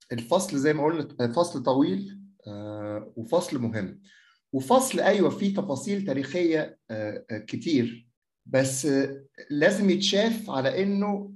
الفصل زي ما قلنا فصل طويل وفصل مهم، وفصل ايوه فيه تفاصيل تاريخيه كتير، بس لازم يتشاف على انه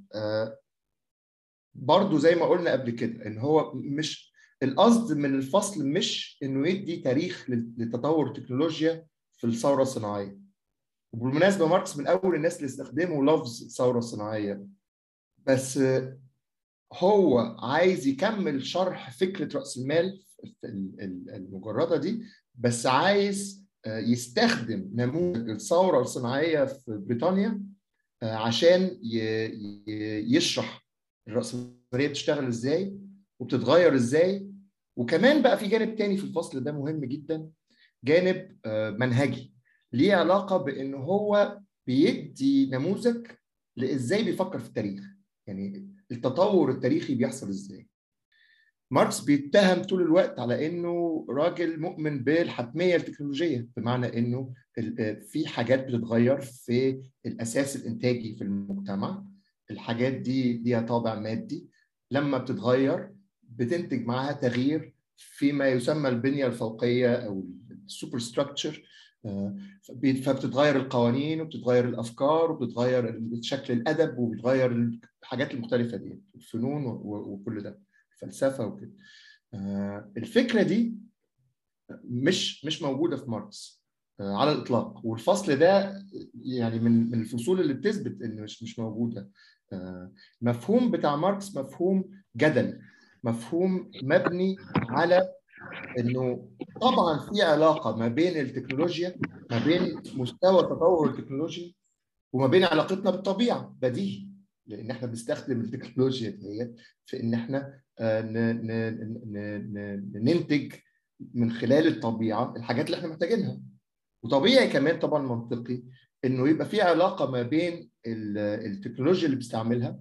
برضو زي ما قلنا قبل كده ان هو مش القصد من الفصل مش انه يدي تاريخ لتطور التكنولوجيا في الثوره الصناعيه. وبالمناسبه ماركس من اول الناس اللي استخدموا لفظ الثوره الصناعيه، بس هو عايز يكمل شرح فكره راس المال المجرده دي، بس عايز يستخدم نموذج الثوره الصناعيه في بريطانيا عشان يشرح الرأسمالية بتشتغل ازاي وبتتغير ازاي. وكمان بقى في جانب تاني في الفصل ده مهم جدا، جانب منهجي ليه علاقة بأن هو بيدي نموذج لإزاي بيفكر في التاريخ، يعني التطور التاريخي بيحصل ازاي. ماركس بيتهم طول الوقت على انه راجل مؤمن بالحتميه التكنولوجيه، بمعنى انه في حاجات بتتغير في الاساس الانتاجي في المجتمع، الحاجات دي ليها طابع مادي، لما بتتغير بتنتج معها تغيير فيما يسمى البنيه الفوقيه او السوبر ستراكشر، فبتتغير القوانين وبتتغير الافكار وبتتغير شكل الادب وبتتغير الحاجات المختلفه دي، الفنون وكل ده، الفلسفه وكده. الفكره دي مش موجوده في ماركس على الاطلاق، والفصل ده يعني من الفصول اللي بتثبت ان مش موجوده. المفهوم بتاع ماركس مفهوم جدل، مفهوم مبني على انه طبعا في علاقه ما بين التكنولوجيا، ما بين مستوى تطور التكنولوجيا وما بين علاقتنا بالطبيعه، بديهي، لان احنا بنستخدم التكنولوجيا ديت في ان احنا ننتج من خلال الطبيعه الحاجات اللي احنا محتاجينها. وطبيعي كمان طبعا منطقي انه يبقى في علاقه ما بين التكنولوجيا اللي بنستعملها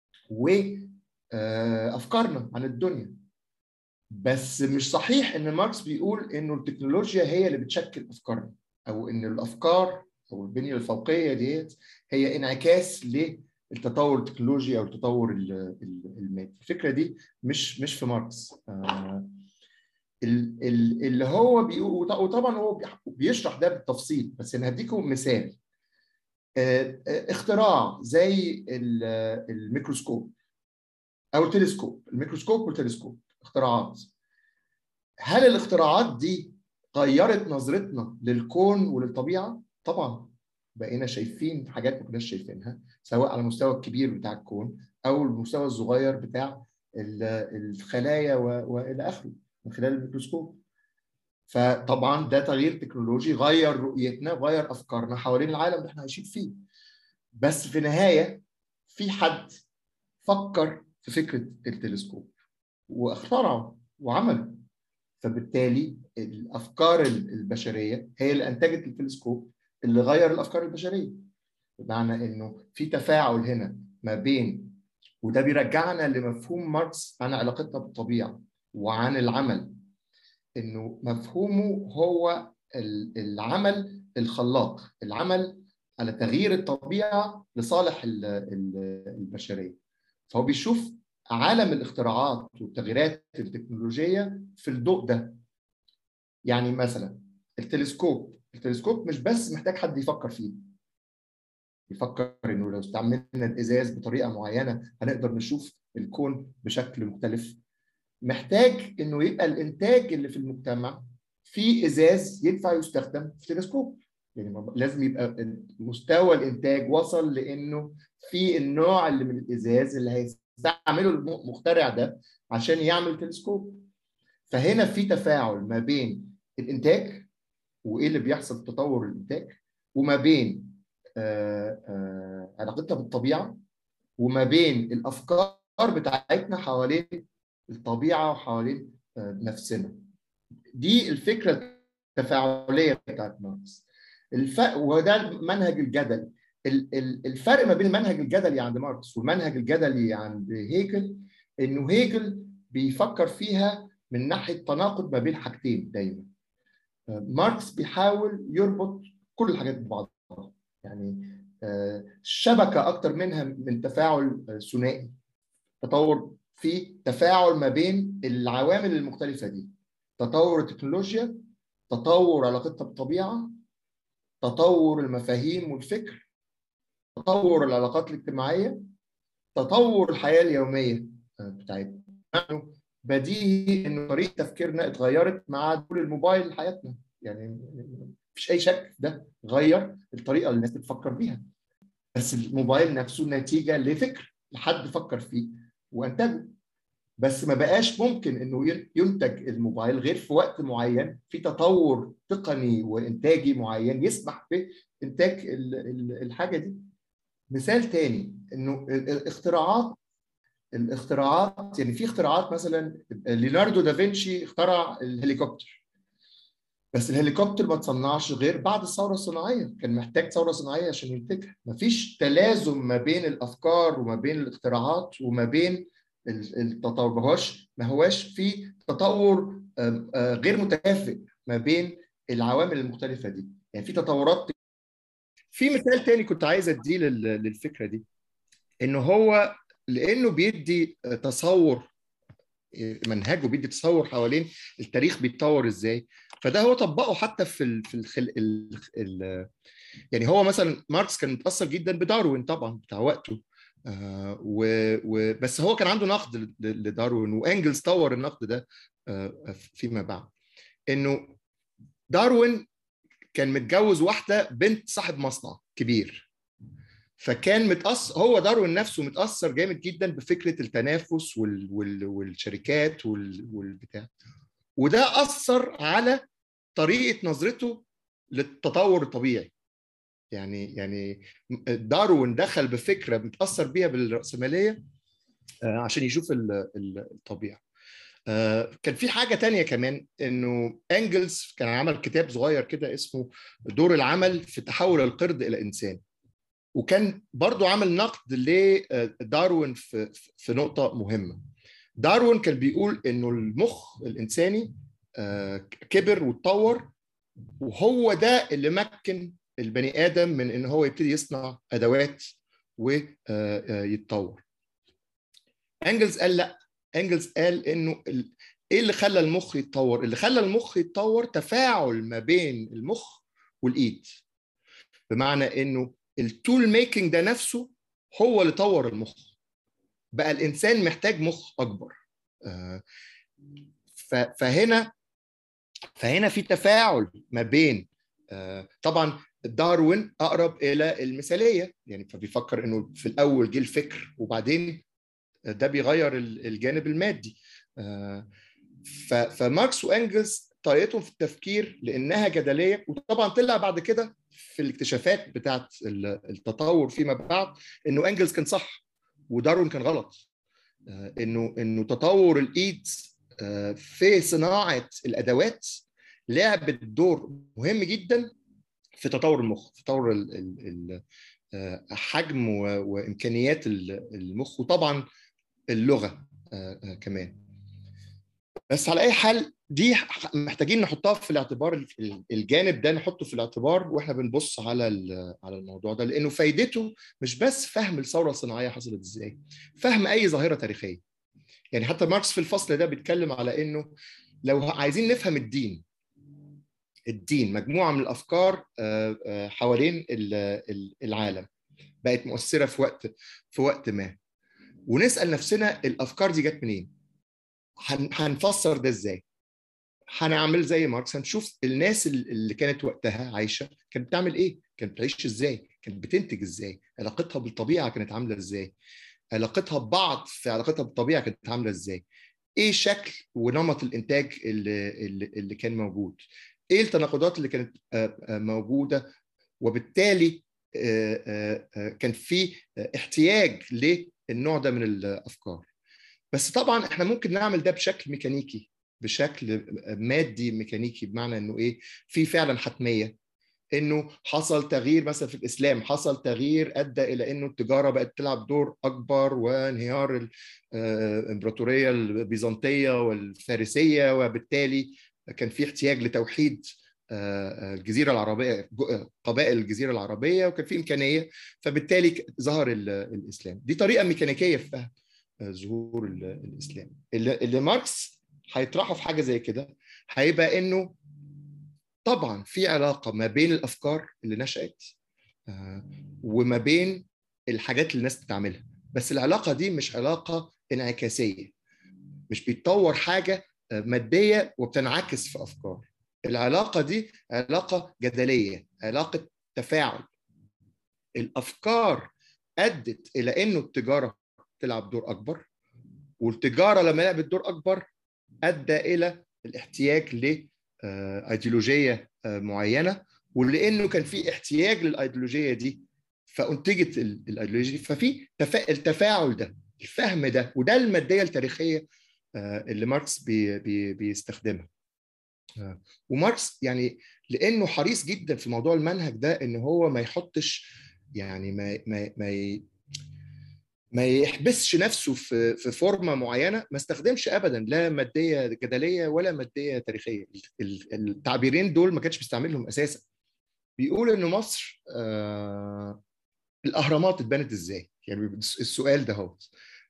وافكارنا عن الدنيا. بس مش صحيح ان ماركس بيقول انه التكنولوجيا هي اللي بتشكل افكارنا، او ان الافكار او البنيه الفوقيه ديت هي انعكاس للتطور التكنولوجي او التطور المادي. الفكره دي مش في ماركس. اللي هو بيقول، وطبعا هو بيشرح ده بالتفصيل، بس انا هديكم مثال. اختراع زي الميكروسكوب او التلسكوب، الميكروسكوب والتلسكوب اختراعات. هل الاختراعات دي غيرت نظرتنا للكون وللطبيعه؟ طبعا بقينا شايفين حاجات ما كناش شايفينها، سواء على المستوى الكبير بتاع الكون او المستوى الصغير بتاع الخلايا والى اخره من خلال الميكروسكوب. فطبعا ده تغيير تكنولوجي غير رؤيتنا، غير افكارنا حوالين العالم اللي احنا عايشين فيه. بس في النهايه في حد فكر في فكره التلسكوب واخترعه وعمله، فبالتالي الافكار البشريه هي اللي انتجت التلسكوب اللي غير الافكار البشريه. بمعنى انه في تفاعل هنا ما بين، وده بيرجعنا لمفهوم ماركس عن علاقتنا بالطبيعه وعن العمل، انه مفهومه هو العمل الخلاق، العمل على تغيير الطبيعه لصالح البشريه. فهو بيشوف عالم الاختراعات والتغييرات التكنولوجيه في الضوء ده. يعني مثلا التلسكوب مش بس محتاج حد يفكر فيه، يفكر انه لو استعملنا الازاز بطريقه معينه هنقدر نشوف الكون بشكل مختلف. محتاج انه يبقى الانتاج اللي في المجتمع في ازاز ينفع يستخدم في تلسكوب، يعني لازم يبقى مستوى الانتاج وصل لانه في النوع اللي من الازاز اللي هيستعمله المخترع ده عشان يعمل تلسكوب. فهنا في تفاعل ما بين الانتاج وايه اللي بيحصل في تطور الانتاج، وما بين علاقتنا بالطبيعه، وما بين الافكار بتاعتنا حوالين الطبيعه وحوالين نفسنا. دي الفكره التفاعليه بتاعت ماركس. وده منهج الجدل. الفرق ما بين المنهج الجدلي عند ماركس والمنهج الجدلي عند هيجل انه هيجل بيفكر فيها من ناحيه تناقض ما بين حاجتين دايما. ماركس بيحاول يربط كل الحاجات ببعضها، يعني شبكه اكتر منها من تفاعل ثنائي، تطور في تفاعل ما بين العوامل المختلفه دي: تطور التكنولوجيا، تطور علاقتنا بالطبيعه، تطور المفاهيم والفكر، تطور العلاقات الاجتماعيه، تطور الحياه اليوميه بتاعتنا. بديهي ان طريقه تفكيرنا اتغيرت مع دخول الموبايل لحياتنا، يعني مفيش اي شك ده غير الطريقه اللي الناس بتفكر بيها. بس الموبايل نفسه نتيجه لفكر لحد فكر فيه وانتجه. بس ما بقاش ممكن انه ينتج الموبايل غير في وقت معين في تطور تقني وانتاجي معين يسمح بانتاج الحاجه دي. مثال تاني انه الاختراعات، يعني في اختراعات مثلا ليوناردو دافنشي اخترع الهليكوبتر، بس الهليكوبتر ما تصنعش غير بعد الثوره الصناعيه، كان محتاج ثوره صناعيه عشان ينتجها. مفيش تلازم ما بين الافكار وما بين الاختراعات وما بين التطور. ما هواش في تطور غير متكافئ ما بين العوامل المختلفه دي، يعني في تطورات. في مثال تاني كنت عايز اديه للفكره دي، انه هو لانه بيدي تصور، منهجه بيدي تصور حوالين التاريخ بيتطور ازاي. فده هو طبقه حتى يعني هو مثلا ماركس كان متاثر جدا بداروين طبعا بتاع وقته، بس هو كان عنده نقد لداروين، وانجلز طور النقد ده فيما بعد. انه داروين كان متجوز واحده بنت صاحب مصنع كبير، فكان متأثر، هو داروين نفسه متأثر جامد جدا بفكرة التنافس والشركات والبتاع، وده أثر على طريقة نظرته للتطور الطبيعي. يعني داروين دخل بفكرة متأثر بيها بالرأسمالية عشان يشوف الطبيعة. كان في حاجة تانية كمان، إنه أنجلز كان عمل كتاب صغير كده اسمه دور العمل في تحول القرد إلى إنسان، وكان برضو عمل نقد لداروين في نقطة مهمة. داروين كان بيقول إنه المخ الإنساني كبر واتطور، وهو ده اللي مكن البني آدم من إن هو يبتدي يصنع أدوات ويتطور. أنجلز قال لا، أنجلز قال إنه إيه اللي خلى المخ يتطور؟ اللي خلى المخ يتطور تفاعل ما بين المخ والإيد، بمعنى إنه التول ميكنج ده نفسه هو اللي طور المخ. بقى الانسان محتاج مخ اكبر. فهنا في تفاعل ما بين، طبعا داروين اقرب الى المثاليه، يعني فبيفكر انه في الاول جه الفكر وبعدين ده بيغير الجانب المادي. فماركس وانجلز طريقتهم في التفكير لانها جدليه، وطبعا طلع بعد كده في الاكتشافات بتاعت التطور فيما بعد انه انجلز كان صح وداروين كان غلط. انه تطور الايد في صناعه الادوات لعبت دور مهم جدا في تطور المخ، في تطور حجم وامكانيات المخ، وطبعا اللغه كمان. بس على اي حال دي محتاجين نحطها في الاعتبار، الجانب ده نحطه في الاعتبار واحنا بنبص على الموضوع ده، لانه فايدته مش بس فهم الثوره الصناعيه حصلت ازاي، فهم اي ظاهره تاريخيه. يعني حتى ماركس في الفصل ده بيتكلم على انه لو عايزين نفهم الدين مجموعه من الافكار حوالين العالم بقت مؤثره في وقت ما، ونسال نفسنا الافكار دي جت منين؟ هنفسر ده ازاي؟ هنعمل زي ماركس، هنشوف الناس اللي كانت وقتها عايشه كانت بتعمل ايه، كانت بتعيش ازاي، كانت بتنتج ازاي، علاقتها بالطبيعه كانت عامله ازاي، علاقتها ببعض في علاقتها بالطبيعه كانت عامله ازاي، ايه شكل ونمط الانتاج اللي كان موجود، ايه التناقضات اللي كانت موجوده، وبالتالي كان في احتياج للنوع ده من الافكار. بس طبعا احنا ممكن نعمل ده بشكل ميكانيكي، بشكل مادي ميكانيكي، بمعنى انه ايه، في فعلا حتميه انه حصل تغيير مثلا في الاسلام، حصل تغيير ادى الى انه التجاره بقت تلعب دور اكبر، وانهيار الامبراطوريه البيزنطيه والفارسيه، وبالتالي كان في احتياج لتوحيد الجزيره العربيه، قبائل الجزيره العربيه، وكان في امكانيه، فبالتالي ظهر الاسلام. دي طريقه ميكانيكيه في فهم. ظهور الاسلام. اللي ماركس هيطرحه في حاجه زي كده هيبقى انه طبعا في علاقه ما بين الافكار اللي نشأت وما بين الحاجات اللي الناس بتعملها، بس العلاقه دي مش علاقه انعكاسيه، مش بيتطور حاجه ماديه وبتنعكس في افكار. العلاقه دي علاقه جدليه، علاقه تفاعل. الافكار ادت الى انه التجاره تلعب دور اكبر، والتجاره لما لعبت دور اكبر ادى الى الاحتياج لايديولوجيه معينه، ولانه كان في احتياج للايديولوجيه دي فانتجت الايديولوجيه دي. ففي التفاعل ده، الفهم ده، وده الماديه التاريخيه اللي ماركس بيستخدمها. وماركس يعني لانه حريص جدا في موضوع المنهج ده ان هو ما يحطش، يعني ما يحبسش نفسه في فورمه معينه، ما استخدمش ابدا لا ماديه جدليه ولا ماديه تاريخيه. التعبيرين دول ما كانش بيستعملهم اساسا. بيقول ان مصر الاهرامات اتبنت ازاي، يعني السؤال ده هو.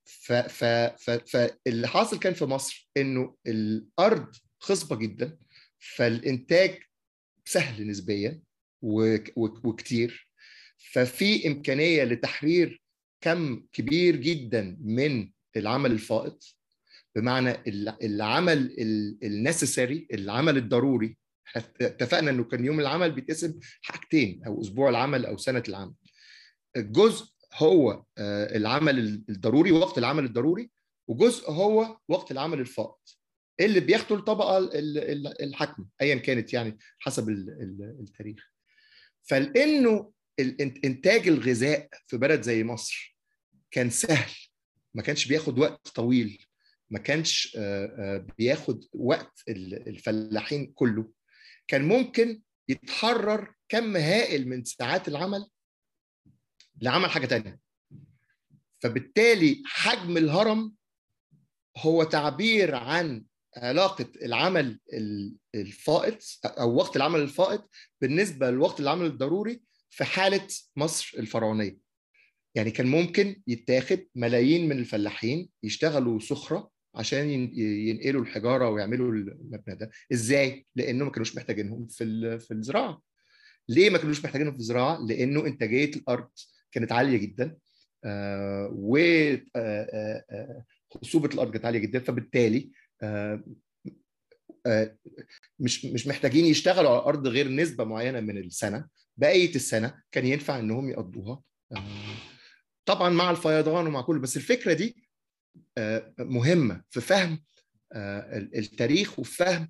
فاللي حاصل كان في مصر انه الارض خصبه جدا، فالانتاج سهل نسبيا وكتير، ففي امكانيه لتحرير كم كبير جدا من العمل الفائض، بمعنى العمل النسيسري، العمل الضروري. اتفقنا انه كان يوم العمل بيتقسم حاجتين، او اسبوع العمل او سنه العمل. الجزء هو العمل الضروري، وقت العمل الضروري، وجزء هو وقت العمل الفائض اللي بياخده الطبقه الحاكمه ايا كانت، يعني حسب التاريخ. فلانه انتاج الغذاء في بلد زي مصر كان سهل، ما كانش بياخد وقت طويل، ما كانش بياخد وقت الفلاحين كله، كان ممكن يتحرر كم هائل من ساعات العمل لعمل حاجة تانية. فبالتالي حجم الهرم هو تعبير عن علاقة العمل الفائض أو وقت العمل الفائض بالنسبة لوقت العمل الضروري في حالة مصر الفرعونية. يعني كان ممكن يتاخد ملايين من الفلاحين يشتغلوا سخرة عشان ينقلوا الحجارة ويعملوا المبنى ده. إزاي؟ لأنه ما كانوش محتاجينهم في الزراعة. ليه ما كانوش محتاجينهم في الزراعة؟ لأنه إنتاجية الأرض كانت عالية جدا، وخصوبة الأرض كانت عالية جدا، فبالتالي مش محتاجين يشتغلوا على الأرض غير نسبة معينة من السنة. بقية السنة كان ينفع إنهم يقضوها طبعا مع الفيضان ومع كله. بس الفكرة دي مهمة في فهم التاريخ وفهم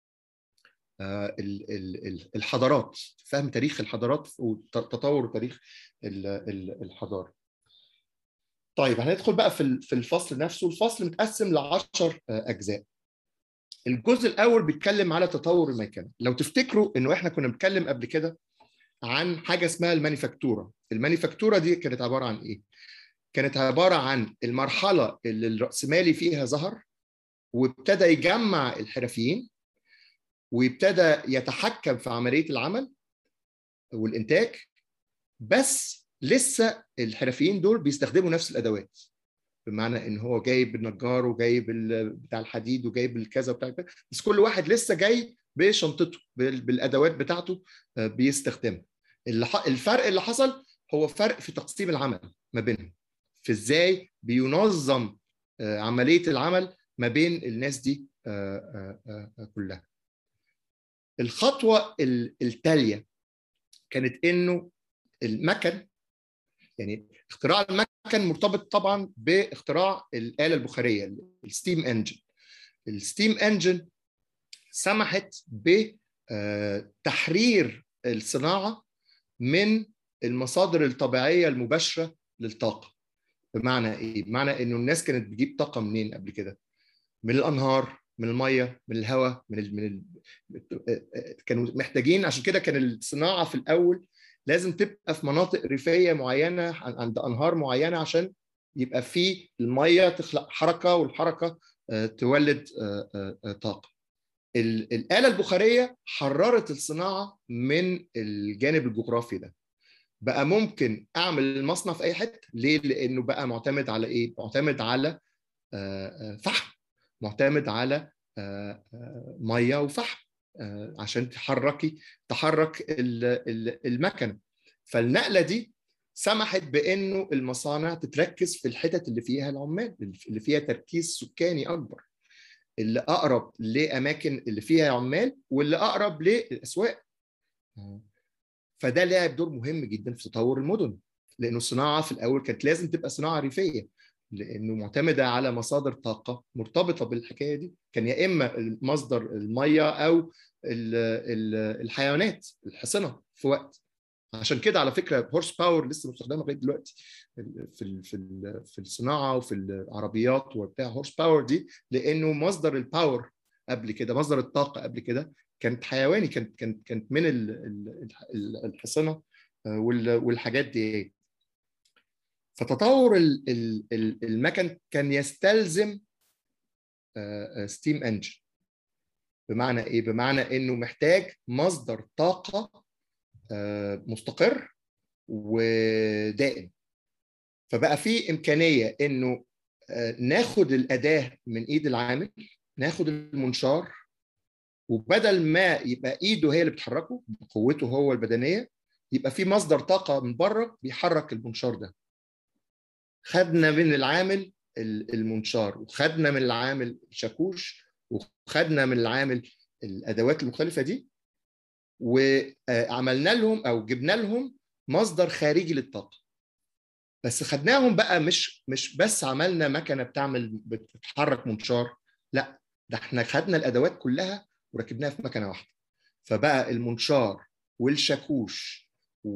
الحضارات، فهم تاريخ الحضارات وتطور تاريخ الحضارة. طيب هندخل بقى في الفصل نفسه. الفصل متقسم ل10 أجزاء. الجزء الأول بيتكلم على تطور الميكنة. لو تفتكروا إنه إحنا كنا بنتكلم قبل كده عن حاجة اسمها المانيفاكتورة. المانيفاكتورة دي كانت عبارة عن إيه؟ كانت عبارة عن المرحلة اللي الرأسمالي فيها ظهر وابتدى يجمع الحرفيين وابتدى يتحكم في عملية العمل والإنتاج، بس لسه الحرفيين دول بيستخدموا نفس الأدوات، بمعنى إن هو جايب النجار وجايب بتاع الحديد وجايب الكذا وبتاع كذا، بس كل واحد لسه جاي بشنطته بالأدوات بتاعته بيستخدمها. الفرق اللي حصل هو فرق في تقسيم العمل ما بينهم، في ازاي بينظم عملية العمل ما بين الناس دي كلها. الخطوة التالية كانت انه المكن، يعني اختراع المكن مرتبط طبعا باختراع الآلة البخارية، الستيم انجن. الستيم انجن سمحت بتحرير الصناعة من المصادر الطبيعية المباشرة للطاقة. بمعنى ايه؟ بمعنى انه الناس كانت بتجيب طاقة منين قبل كده؟ من الانهار، من الميه، من الهواء، كانوا محتاجين. عشان كده كان الصناعه في الاول لازم تبقى في مناطق ريفيه معينه عند انهار معينه عشان يبقى في الميه تخلق حركه، والحركه تولد طاقه. الآلة البخارية حررت الصناعة من الجانب الجغرافي ده، بقى ممكن اعمل المصنع في اي حته. ليه؟ لانه بقى معتمد على ايه؟ معتمد على فحم، معتمد على ميه وفحم عشان تحرك المكنه. فالنقله دي سمحت بانه المصانع تتركز في الحتت اللي فيها العمال، اللي فيها تركيز سكاني اكبر، اللي اقرب لاماكن اللي فيها عمال، واللي اقرب للاسواق. فده لعب دور مهم جدا في تطور المدن، لانه الصناعه في الاول كانت لازم تبقى صناعه ريفيه، لانه معتمده على مصادر طاقه مرتبطه بالحكايه دي. كان يا اما مصدر الميه او الحيوانات، الحصنه في وقت. عشان كده على فكره هورس باور لسه مستخدمه لغايه دلوقتي في الصناعه وفي العربيات وبتاع. هورس باور دي لانه مصدر الباور قبل كده، مصدر الطاقه قبل كده كانت حيواني، كانت من الحصنه والحاجات دي. فتطور المكن كان يستلزم ستيم انجن. بمعنى ايه؟ بمعنى انه محتاج مصدر طاقه مستقر ودائم. فبقى في امكانيه انه ناخد الاداه من ايد العامل، ناخد المنشار، وبدل ما يبقى ايده هي اللي بتحركه بقوته هو البدنيه، يبقى في مصدر طاقه من بره بيحرك المنشار ده. خدنا من العامل المنشار، وخدنا من العامل الشاكوش، وخدنا من العامل الادوات المختلفه دي، وعملنا لهم او جبنا لهم مصدر خارجي للطاقه. بس خدناهم بقى مش بس عملنا مكنه بتتحرك منشار، لا، ده احنا خدنا الادوات كلها وركبناها في مكنه واحده. فبقى المنشار والشاكوش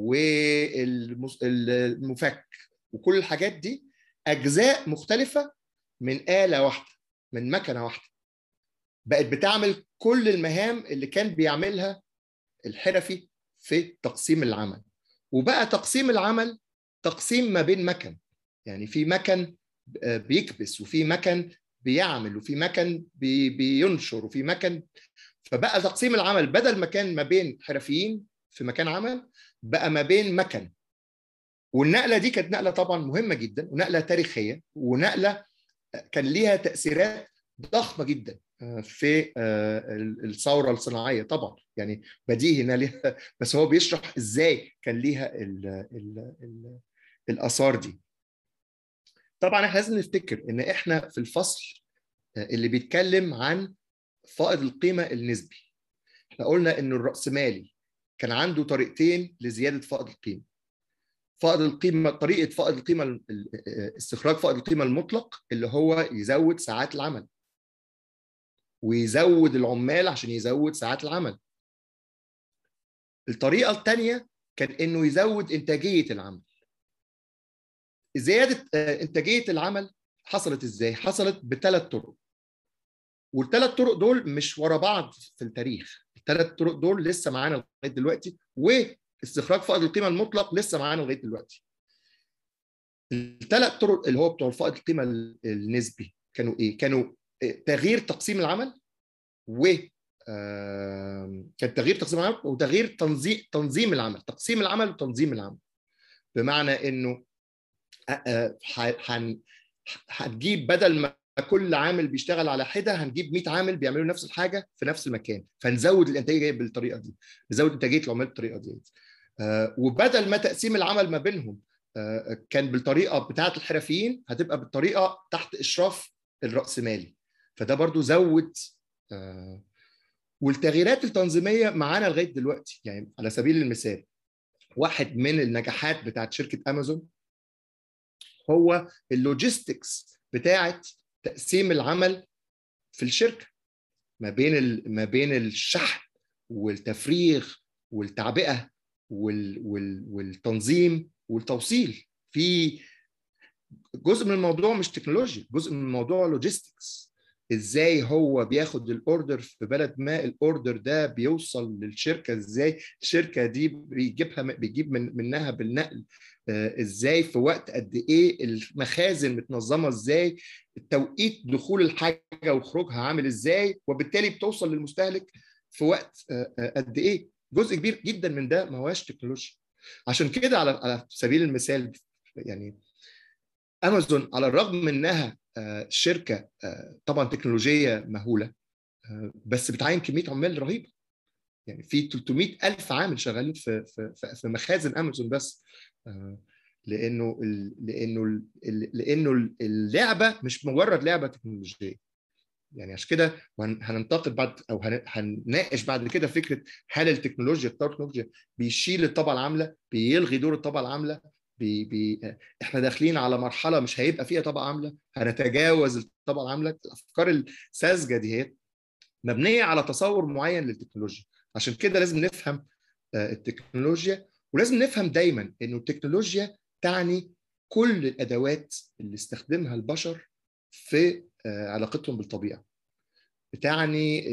والمفك وكل الحاجات دي اجزاء مختلفه من آلة واحده، من مكنه واحده، بقت بتعمل كل المهام اللي كان بيعملها الحرفي في تقسيم العمل. وبقى تقسيم العمل تقسيم ما بين مكن، يعني في مكن بيكبس، وفي مكن بيعمل، وفي مكن بينشر، وفي مكن. فبقى تقسيم العمل بدل ما كان ما بين حرفيين في مكان عمل، بقى ما بين مكن. والنقله دي كانت نقله طبعا مهمه جدا، ونقله تاريخيه، ونقله كان ليها تاثيرات ضخمه جدا في الثوره الصناعيه. طبعا يعني بديهي انها ليها، بس هو بيشرح ازاي كان ليها الاثار دي. طبعا احنا لازم نفتكر ان احنا في الفصل اللي بيتكلم عن فائض القيمه النسبي، احنا قلنا ان الرأسمالي كان عنده طريقتين لزياده فائض القيمه. فائض القيمه، طريقه فائض القيمه، استخراج فائض القيمه المطلق، اللي هو يزود ساعات العمل ويزود العمال عشان يزود ساعات العمل. الطريقه الثانيه كان انه يزود انتاجيه العمل. زياده انتاجيه العمل حصلت ازاي؟ حصلت بثلاث طرق، والثلاث طرق دول مش ورا بعض في التاريخ. الثلاث طرق دول لسه معانا لغايه دلوقتي، واستخراج فائض القيمه المطلق لسه معانا لغايه دلوقتي. الثلاث طرق اللي هو بتوع فائض القيمه النسبي كانوا ايه؟ كانوا تغيير تقسيم العمل، و كان تغيير تقسيم العمل وتغيير تنظيم العمل، تقسيم العمل وتنظيم العمل. بمعنى انه هنجيب بدل ما كل عامل بيشتغل على حده، هنجيب 100 عامل بيعملوا نفس الحاجه في نفس المكان، فنزود الانتاجيه بالطريقه دي، نزود انتاجيه العمال بالطريقه دي. وبدل ما تقسيم العمل ما بينهم كان بالطريقه بتاعه الحرفيين، هتبقى بالطريقه تحت اشراف الرأسمالي. فده برضو زود. والتغييرات التنظيميه معانا لغايه دلوقتي. يعني على سبيل المثال، واحد من النجاحات بتاعت شركه امازون هو اللوجيستكس بتاعت تقسيم العمل في الشركه، ما بين الشحن والتفريغ والتعبئه والتنظيم والتوصيل. في جزء من الموضوع مش تكنولوجيا، جزء من الموضوع لوجيستكس. ازاي هو بياخد الاوردر في بلد ما، الاوردر ده بيوصل للشركه ازاي، الشركه دي بيجيب منها بالنقل ازاي، في وقت قد ايه، المخازن متنظمه ازاي، التوقيت دخول الحاجه وخروجها عامل ازاي، وبالتالي بتوصل للمستهلك في وقت قد ايه. جزء كبير جدا من ده ما هواش تكنولوجيا، عشان كده على سبيل المثال يعني امازون على الرغم من انها شركه طبعا تكنولوجيه مهوله، بس بتعين كميه عمال رهيبه. يعني في 300,000 عامل شغالين في مخازن امازون بس، لانه اللعبه مش مجرد لعبه تكنولوجيه. يعني عشان كده هننتقد بعد او هنناقش بعد كده فكره هل التكنولوجيا بيشيل الطبقه العامله، بيلغي دور الطبقه العامله، احنا داخلين على مرحله مش هيبقى فيها طبقه عامله، هنتجاوز الطبقه العامله. الافكار الساذجه دي هي مبنيه على تصور معين للتكنولوجيا. عشان كده لازم نفهم التكنولوجيا، ولازم نفهم دايما انه التكنولوجيا تعني كل الادوات اللي استخدمها البشر في علاقتهم بالطبيعه. بتعني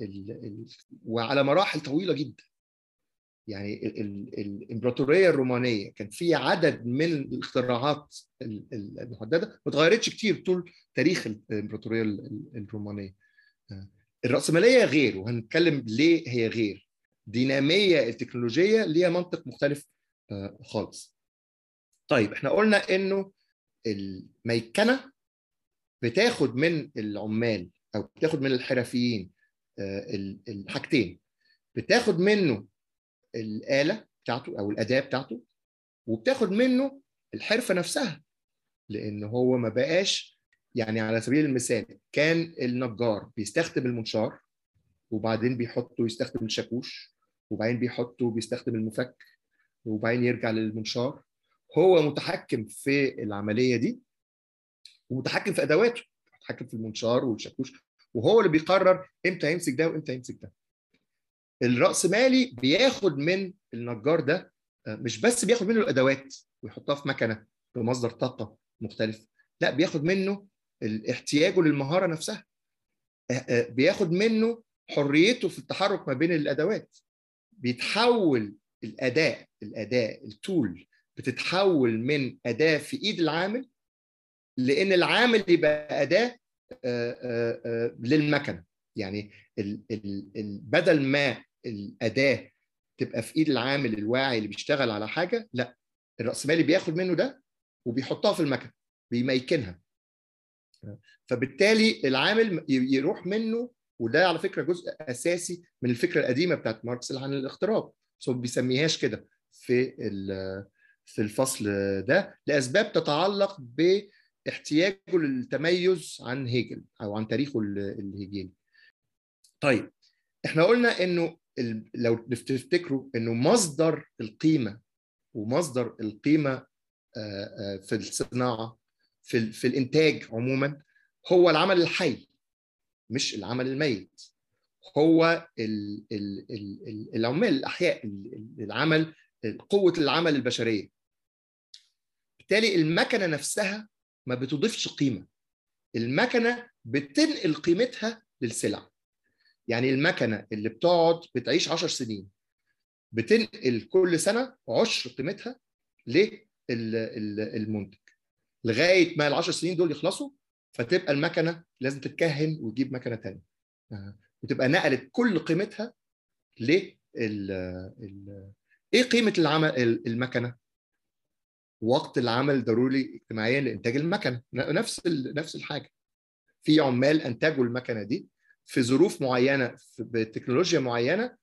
وعلى مراحل طويله جدا. يعني الامبراطوريه الرومانيه كان في عدد من الاختراعات المحدده ما اتغيرتش كتير طول تاريخ الامبراطوريه الرومانيه. الرأسمالية غير، وهنتكلم ليه هي غير. دينامية التكنولوجية ليها منطق مختلف خالص. طيب احنا قلنا انه الميكنة بتاخد من العمال او بتاخد من الحرفيين الحاجتين. بتاخد منه الآلة بتاعته او الأداة بتاعته، وبتاخد منه الحرفة نفسها، لان هو ما بقاش. يعني على سبيل المثال كان النجار بيستخدم المنشار، وبعدين بيحطه يستخدم الشاكوش، وبعدين بيحطه بيستخدم المفك، وبعدين يرجع للمنشار. هو متحكم في العملية دي ومتحكم في أدواته، متحكم في المنشار والشاكوش، وهو اللي بيقرر امتى يمسك ده وامتى يمسك ده. الرأسمالي بياخد من النجار ده مش بس بياخد منه الأدوات ويحطها في مكنة بمصدر طاقة مختلف، لا بياخد منه احتياجه للمهارة نفسها، بياخد منه حريته في التحرك ما بين الادوات. بيتحول الاداه التول بتتحول من اداه في ايد العامل، لان العامل يبقى اداه للمكنه. يعني بدل ما الاداه تبقى في ايد العامل الواعي اللي بيشتغل على حاجه، لا، الرأسمالي بياخد منه ده وبيحطها في المكنه، بيميكنها. فبالتالي العامل يروح منه. وده على فكره جزء اساسي من الفكره القديمه بتاعت ماركس عن الاغتراب، بس هو ما بيسميهاش كده في الفصل ده لاسباب تتعلق باحتياجه للتميز عن هيجل او عن تاريخه الهيجلي. طيب احنا قلنا انه لو تفتكروا انه مصدر القيمه ومصدر القيمه في الصناعه في الانتاج عموما هو العمل الحي مش العمل الميت. هو العمال الاحياء، العمل، قوه العمل البشريه. بالتالي المكنه نفسها ما بتضيفش قيمه، المكنه بتنقل قيمتها للسلع. يعني المكنه اللي بتعيش 10 سنين بتنقل كل سنه عشر قيمتها للمنتج لغايه ما ال10 سنين دول يخلصوا، فتبقى المكنه لازم تتكهن وتجيب مكنه ثانيه، وتبقى نقلت كل قيمتها ايه قيمه العمل المكنه؟ وقت العمل ضروري اجتماعيا لانتاج المكنه، نفس الحاجه. في عمال انتجوا المكنه دي في ظروف معينه بتكنولوجيا معينه،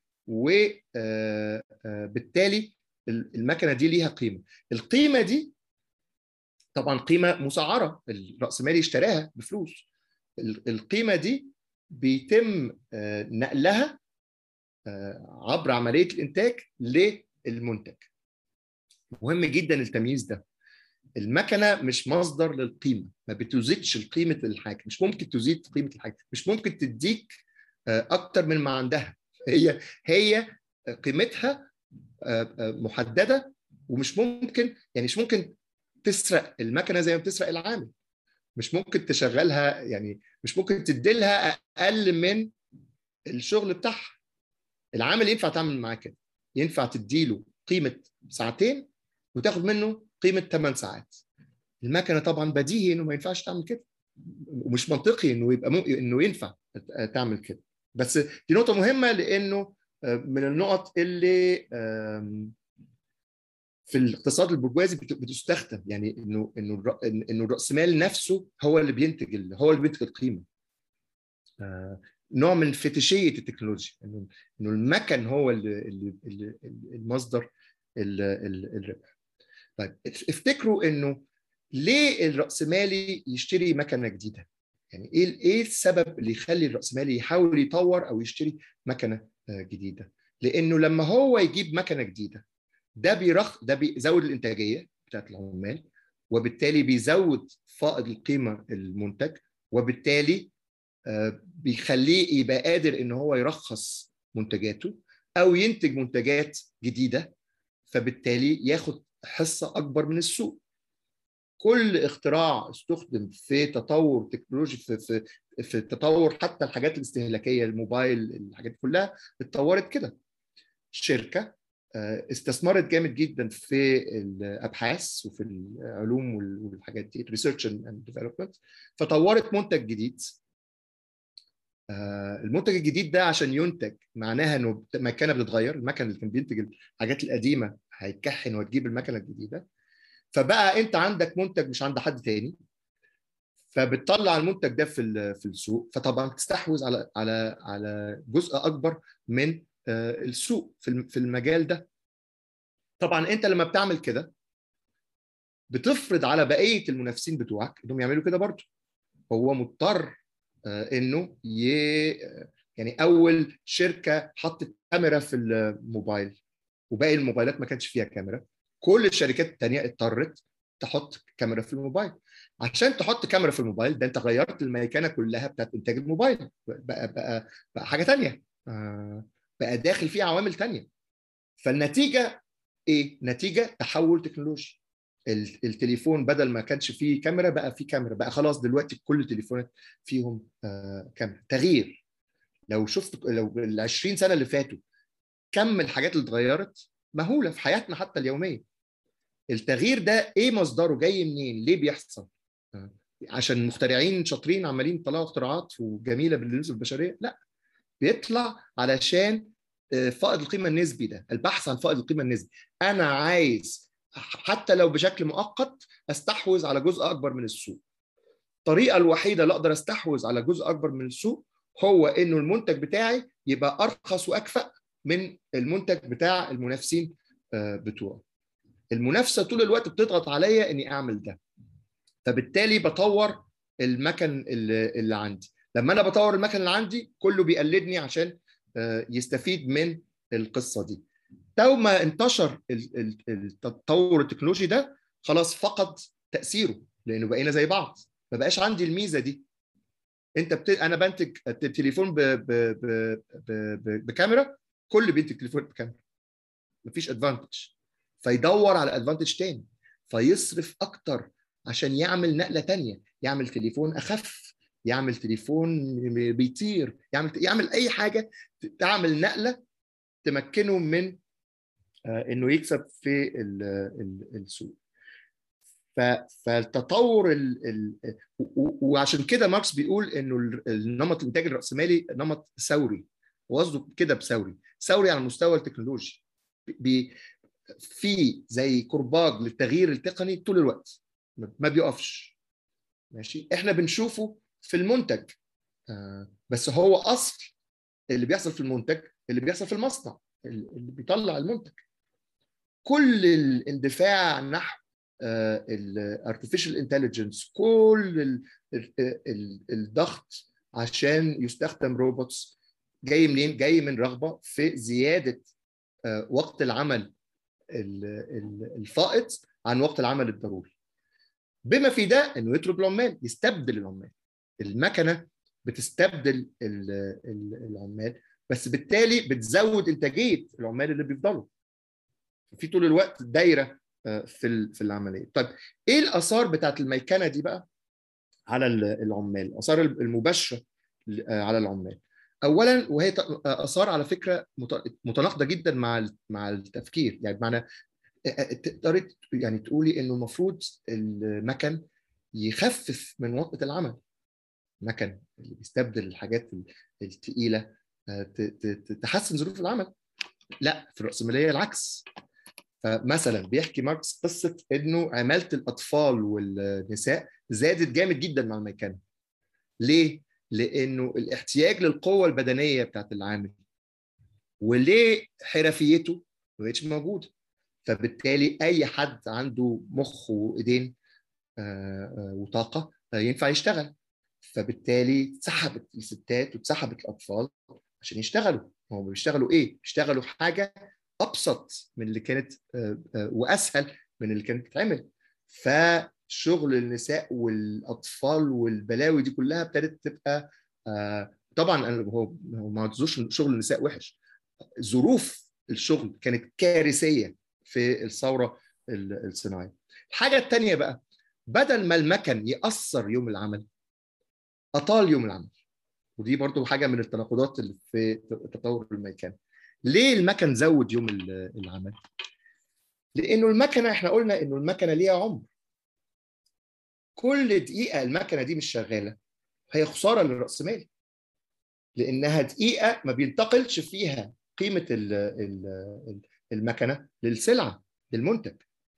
وبالتالي المكنه دي ليها قيمه. القيمه دي طبعا قيمه مسعره، الرأسمالي اشتراها بفلوس. القيمه دي بيتم نقلها عبر عمليه الانتاج للمنتج. مهم جدا التمييز ده. المكنه مش مصدر للقيمه، ما بتزيدش قيمه الحاجه، مش ممكن تزيد قيمه الحاجه، مش ممكن تديك اكتر من ما عندها. هي قيمتها محدده، ومش ممكن، يعني مش ممكن تسرق المكنه زي ما بتسرق العامل. مش ممكن تشغلها، يعني مش ممكن تدي لها اقل من الشغل بتاعها. العامل ينفع تعمل معاه كده، ينفع تديله قيمه ساعتين وتاخد منه قيمه 8 ساعات. المكنه طبعا بديهي انه ما ينفعش تعمل كده، ومش منطقي انه يبقى انه ينفع تعمل كده. بس دي نقطه مهمه، لانه من النقط اللي في الاقتصاد البرجوازي بتستخدم، يعني انه الراسمال نفسه هو اللي بينتج القيمه. نوع من فتشيه التكنولوجيا، انه المكن هو المصدر الربح. طيب افتكروا انه ليه الراسمالي يشتري مكنه جديده؟ يعني ايه السبب اللي يخلي الراسمالي يحاول يطور او يشتري مكنه جديده؟ لانه لما هو يجيب مكنه جديده ده بيزود الانتاجيه بتاعت العمال، وبالتالي بيزود فائض القيمه المنتج، وبالتالي بيخليه يبقى قادر ان هو يرخص منتجاته او ينتج منتجات جديده، فبالتالي ياخد حصه اكبر من السوق. كل اختراع استخدم في تطور تكنولوجي في تطور حتى الحاجات الاستهلاكيه، الموبايل، الحاجات كلها اتطورت كده. شركه استثمرت جامد جدا في الابحاث وفي العلوم والحاجات دي، ريسيرش اند ديفلوبمنت، فطورت منتج جديد. المنتج الجديد ده عشان ينتج معناها انه المكنه بتتغير، المكن اللي كان بينتج الحاجات القديمه هيتكحن وتجيب المكنه الجديده، فبقى انت عندك منتج مش عند حد تاني، فبتطلع المنتج ده في السوق، فطبعا تستحوذ على جزء اكبر من السوق في المجال ده. طبعا انت لما بتعمل كده بتفرض على بقيه المنافسين بتوعك انهم يعملوا كده برضه. هو مضطر انه يعني اول شركه حطت كاميرا في الموبايل وباقي الموبايلات ما كانش فيها كاميرا، كل الشركات الثانيه اضطرت تحط كاميرا في الموبايل. عشان تحط كاميرا في الموبايل ده انت غيرت الميكنه كلها بتاعت انتاج الموبايل، بقى حاجه ثانيه، بقى داخل فيه عوامل ثانيه. فالنتيجه ايه؟ نتيجه تحول تكنولوجي. التليفون بدل ما كانش فيه كاميرا بقى فيه كاميرا، بقى خلاص دلوقتي كل التليفونات فيهم كاميرا. تغيير. لو شفت لو ال 20 سنه اللي فاتوا كم الحاجات اللي اتغيرت مهوله في حياتنا حتى اليوميه. التغيير ده ايه مصدره؟ جاي منين؟ ليه بيحصل؟ عشان مخترعين شاطرين عمالين يطلعوا اختراعات وجميله بالنسبه للبشريه؟ لا، بيطلع علشان فائض القيمه النسبي ده، البحث عن فائض القيمه النسبي. انا عايز حتى لو بشكل مؤقت استحوذ على جزء اكبر من السوق. الطريقه الوحيده اللي اقدر استحوذ على جزء اكبر من السوق هو انه المنتج بتاعي يبقى ارخص واكفأ من المنتج بتاع المنافسين بتوعه. المنافسه طول الوقت بتضغط عليا اني اعمل ده، فبالتالي بطور المكن اللي عندي. لما انا بطور المكن اللي عندي كله بيقلدني عشان يستفيد من القصه دي. تو ما انتشر التطور التكنولوجي ده خلاص فقد تاثيره، لانه بقينا زي بعض، ما بقاش عندي الميزه دي. انا بنتج التليفون بكاميرا، كل بينتج تليفون بكاميرا، مفيش ادفانتج، فيدور على ادفانتج تاني، فيصرف اكتر عشان يعمل نقله تانية، يعمل تليفون اخف، يعمل تليفون بيطير، يعمل اي حاجه تعمل نقله تمكنه من انه يكسب في السوق. فالتطور وعشان كده ماركس بيقول انه النمط الانتاج الراسمالي نمط ثوري، وقصده كده بثوري، ثوري على المستوى التكنولوجي، في زي كرباج للتغيير التقني طول الوقت، ما بيقفش. ماشي، احنا بنشوفه في المنتج، بس هو اصل اللي بيحصل في المنتج اللي بيحصل في المصنع اللي بيطلع المنتج. كل الاندفاع نحو الارتفيشال انتليجنس، كل الضغط عشان يستخدم روبوتس جاي منين؟ جاي من رغبه في زياده وقت العمل الفائض عن وقت العمل الضروري، بما في ده انه يترك العمال، يستبدل العمال. المكنه بتستبدل العمال، بس بالتالي بتزود انتاجيه العمال اللي بيفضلوا في طول الوقت دايره في العمليه. طيب ايه الاثار بتاعت الميكنه دي بقى على العمال؟ الاثار المباشره على العمال، اولا وهي اثار على فكره متناقضه جدا مع التفكير. يعني بمعنى تقدري يعني تقولي انه المفروض المكن يخفف من وطأة العمل، المكن اللي بيستبدل الحاجات الثقيله تحسن ظروف العمل. لا، في الرأسمالية العكس. فمثلا بيحكي ماركس قصه انه عماله الاطفال والنساء زادت جامد جدا مع الميكنه. ليه؟ لانه الاحتياج للقوه البدنيه بتاعت العامل وليه حرفيته ما بقتش موجوده. فبالتالي اي حد عنده مخ وايدين وطاقه ينفع يشتغل. فبالتالي سحبت الستات واتسحبت الاطفال عشان يشتغلوا. هم بيشتغلوا ايه؟ بيشتغلوا حاجه ابسط من اللي كانت واسهل من اللي كانت بتتعمل. فشغل النساء والاطفال والبلاوي دي كلها ابتدت تبقى طبعا هو ما عندوش شغل النساء وحش، ظروف الشغل كانت كارثيه في الثوره الصناعيه. الحاجه الثانيه بقى، بدل ما المكن يأثر يوم العمل أطال يوم العمل. ودي برضو حاجة من التناقضات اللي في تطور الميكانة. ليه المكن زود يوم العمل؟ لأنه المكنة احنا قلنا إنه المكنة ليها عمر. كل دقيقة المكنة دي مش شغالة هي خسارة للرأسمالي، لأنها دقيقة ما بينتقلش فيها قيمة المكنة للسلعة للمنتج.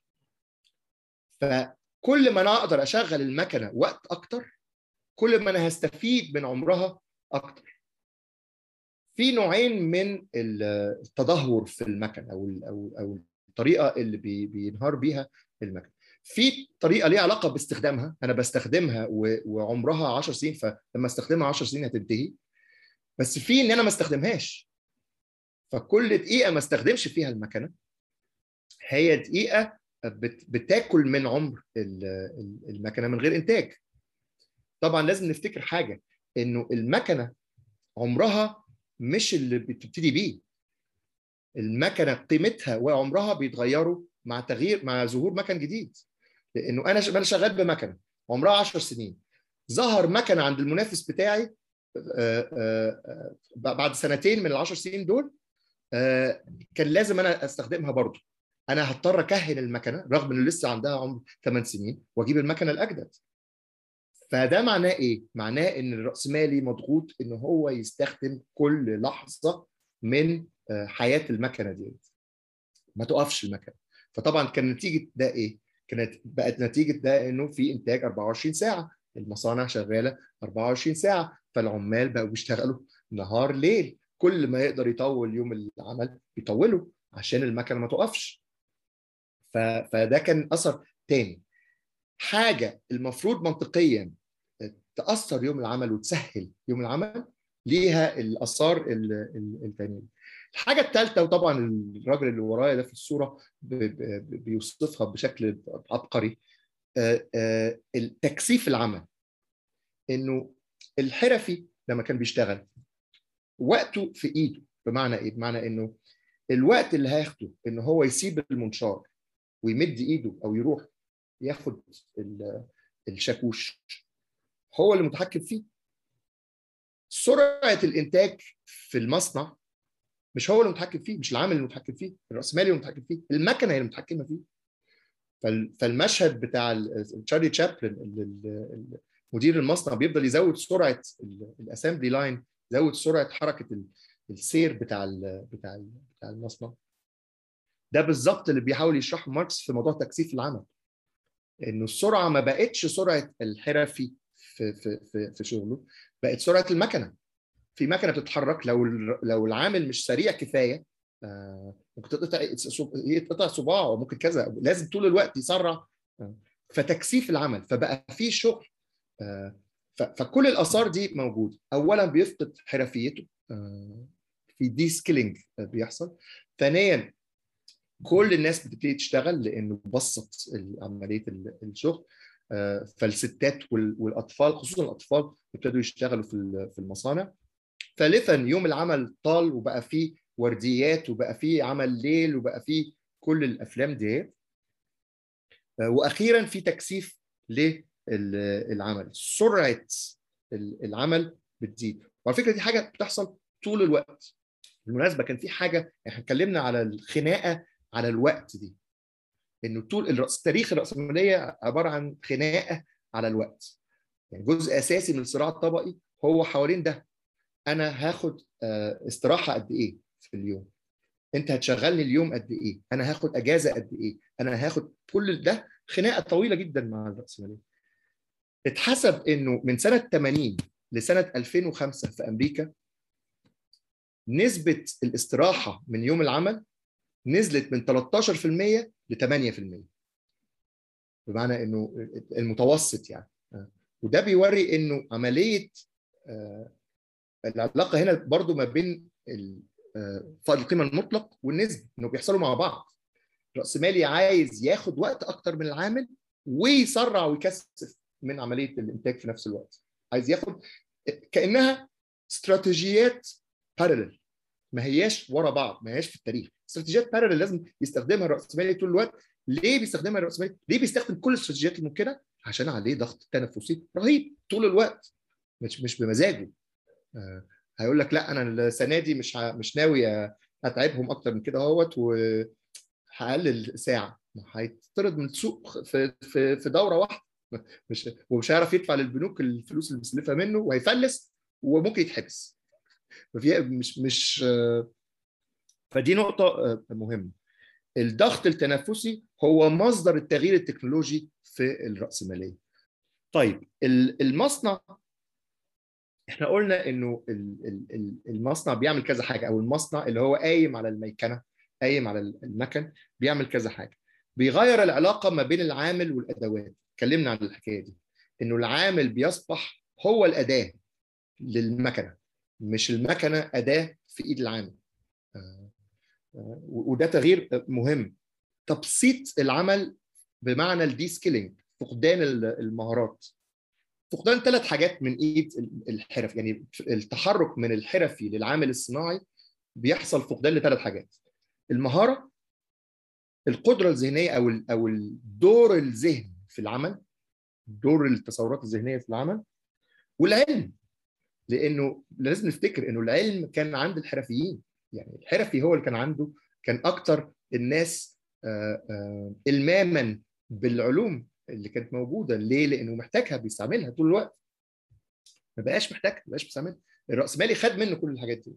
فكل ما أنا أقدر أشغل المكنة وقت أكتر كل ما انا هستفيد من عمرها اكتر. في نوعين من التدهور في المكن او الطريقه اللي بينهار بيها المكن. في طريقه ليها علاقه باستخدامها، انا بستخدمها وعمرها 10 سنين فلما استخدمها 10 سنين هتنتهي. بس في ان انا ما استخدمهاش، فكل دقيقه ما استخدمش فيها المكنه هي دقيقه بتاكل من عمر المكنه من غير انتاج. طبعا لازم نفتكر حاجه، انه المكنه عمرها مش اللي بتبتدي بيه. المكنه قيمتها وعمرها بيتغيروا مع تغيير مع ظهور مكن جديد. لانه انا شغال بمكنه عمرها 10 سنين، ظهر مكنه عند المنافس بتاعي بعد سنتين من ال10 سنين دول كان لازم انا استخدمها برضه. انا هضطر اكهن المكنه رغم ان لسه عندها عمر 8 سنين واجيب المكنه الاجدد. فده معناه ايه؟ معناه ان الرأسمالي مضغوط ان هو يستخدم كل لحظه من حياه المكنه دي، ما توقفش المكنه. فطبعا كان نتيجه ده ايه؟ بقت نتيجه ده انه في انتاج 24 ساعه، المصانع شغاله 24 ساعه، فالعمال بقوا بيشتغلوا نهار ليل، كل ما يقدر يطول يوم العمل بيطوله عشان المكنه ما توقفش. فده كان اثر تاني. حاجه المفروض منطقيا تاثر يوم العمل وتسهل يوم العمل ليها الاثار الثانيه. الحاجه الثالثه، وطبعا الراجل اللي ورايا ده في الصوره بيوصفها بشكل عبقري، تكثيف العمل. انه الحرفي لما كان بيشتغل وقته في ايده. بمعنى ايه؟ بمعنى انه الوقت اللي هياخده ان هو يسيب المنشار ويمد ايده او يروح ياخد الشاكوش هو اللي متحكم فيه. سرعه الانتاج في المصنع مش هو اللي متحكم فيه، مش العامل اللي متحكم فيه، الرأسمالي اللي متحكم فيه، المكنه هي اللي متحكمه فيه. فالمشهد بتاع تشارلي تشابلن مدير المصنع بيفضل يزود سرعه الاسامبلي لاين، يزود سرعه حركه السير بتاع المصنع. ده بالظبط اللي بيحاول يشرحه ماركس في موضوع تكثيف العمل، انه السرعه ما بقتش سرعه الحرفي في شغله، بقت سرعه المكنه. في مكنه بتتحرك لو العامل مش سريع كفايه ممكن يتقطع صباعه وممكن كذا، لازم طول الوقت يسرع. فتكثيف العمل فبقى في شغل. فكل الاثار دي موجوده. اولا بيفقد حرفيته، في دي سكيلينج بيحصل. ثانيا كل الناس بتبتدي تشتغل لانه بسط عمليه الشغل. فالستات والاطفال خصوصا الاطفال ابتدوا يشتغلوا في المصانع. ثالثا يوم العمل طال وبقى فيه ورديات وبقى فيه عمل ليل وبقى فيه كل الافلام دي. واخيرا في تكثيف للعمل، سرعه العمل بتزيد. وعلى فكره دي حاجه بتحصل طول الوقت. بالمناسبه كان في حاجه احنا اتكلمنا على الخناقه على الوقت دي، انه طول تاريخ الرأسمالية عباره عن خناقه على الوقت. يعني جزء اساسي من الصراع الطبقي هو حوالين ده. انا هاخد استراحه قد ايه في اليوم؟ انت هتشغلني اليوم قد ايه؟ انا هاخد اجازه قد ايه؟ انا هاخد كل ده. خناقه طويله جدا مع الراسماليه. اتحسب انه من سنه 80 لسنه 2005 في امريكا نسبه الاستراحه من يوم العمل نزلت من 13% ل 8%، بمعنى انه المتوسط يعني. وده بيوري انه عمليه العلاقه هنا برضو ما بين فائض القيمه المطلق والنسبه، انه بيحصلوا مع بعض. الرأسمالي عايز ياخد وقت اكتر من العامل ويسرع ويكثف من عمليه الانتاج في نفس الوقت. عايز ياخد كانها استراتيجيات بارلل، ما هياش ورا بعض، ما هياش في التاريخ. استراتيجيات بارلل لازم يستخدمها الرأسمالي طول الوقت. ليه بيستخدمها الرأسمالي؟ ليه بيستخدم كل الاستراتيجيات الممكنه؟ عشان عليه ضغط تنافسي رهيب طول الوقت، مش بمزاجه. هيقول لك لا، انا السنه دي مش ناوي اتعبهم اكتر من كده اهوت، وهقلل ساعه. هيطرد من السوق في دوره واحده، ومش هيعرف يدفع للبنوك الفلوس اللي بيسلفها منه، وهيفلس وممكن يتحبس. مش فدي نقطه مهمه. الضغط التنافسي هو مصدر التغيير التكنولوجي في الرأسمالية. طيب المصنع، احنا قلنا انه المصنع بيعمل كذا حاجه، او المصنع اللي هو قايم على الميكنه، قايم على المكن، بيعمل كذا حاجه. بيغير العلاقه ما بين العامل والادوات. اتكلمنا عن الحكايه دي، انه العامل بيصبح هو الاداه للمكنه، مش المكنه اداه في ايد العامل. وده تغيير مهم. تبسيط العمل بمعنى الدي سكيلينج، فقدان المهارات. فقدان 3 حاجات من ايد الحرف، يعني التحرك من الحرفي للعامل الصناعي بيحصل فقدان ل3 حاجات: المهاره، القدره الذهنيه او الدور الذهني في العمل، دور التصورات الذهنيه في العمل، والعلم. لانه لازم نفتكر انه العلم كان عند الحرفيين، يعني الحرفي هو اللي كان عنده، كان اكتر الناس الماما بالعلوم اللي كانت موجوده. ليه؟ لانه محتاجها، بيستعملها طول الوقت. ما بقاش بيستعملها. الرأسمالي خد منه كل الحاجات دي،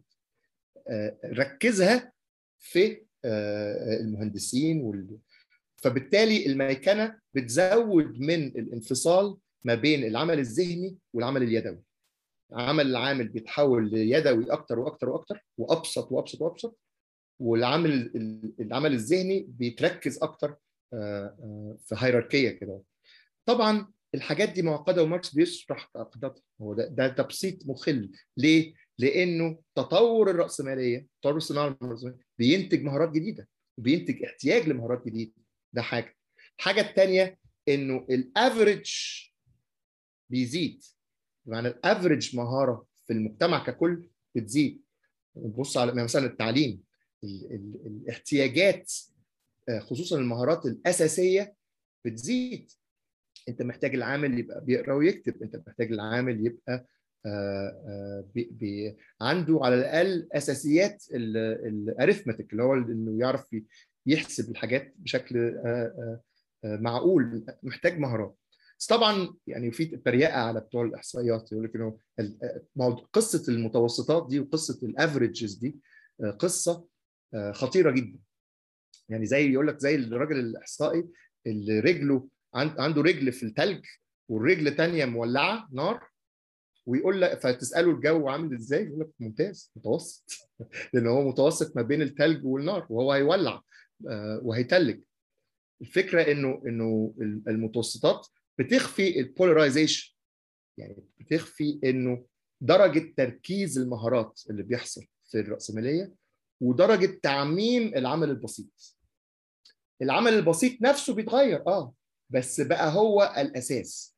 ركزها في المهندسين فبالتالي الميكنه بتزود من الانفصال ما بين العمل الذهني والعمل اليدوي. عمل العامل بيتحول ليدوي اكتر واكتر واكتر، وابسط وابسط وابسط، العمل الذهني بيتركز اكتر في هيراركيه كده. طبعا الحاجات دي معقده، وماركس بيشرح تعقيداتها. هو ده تبسيط مخل. ليه؟ لانه تطور الراسماليه، تطور الصناعه بينتج مهارات جديده، بينتج احتياج لمهارات جديده. ده حاجه. الحاجه الثانيه انه الافريج بيزيد، بمعنى الافريج مهاره في المجتمع ككل بتزيد. نبص على مثلا التعليم، الاحتياجات خصوصا المهارات الاساسيه بتزيد. انت محتاج العامل يبقى بيقرا ويكتب، انت محتاج العامل يبقى عنده على الاقل اساسيات الاريثمتيك، اللي هو انه يعرف يحسب الحاجات بشكل معقول. محتاج مهارات. بس طبعا يعني في تريقه على بتوع الاحصائيات، يقول لك انه قصه المتوسطات دي وقصه الافريجز دي قصه خطيره جدا. يعني زي يقول لك زي الراجل الاحصائي اللي رجله عنده رجل في الثلج والرجل تانية مولعه نار، ويقول لك، فتساله الجو عامل ازاي، يقول لك ممتاز، متوسط. لان هو متوسط ما بين الثلج والنار، وهو هيولع وهيتلج. الفكره انه المتوسطات بتخفي البولاريزيشن، يعني بتخفي انه درجه تركيز المهارات اللي بيحصل في الرأسمالية، ودرجه تعميم العمل البسيط. العمل البسيط نفسه بيتغير بس بقى هو الاساس.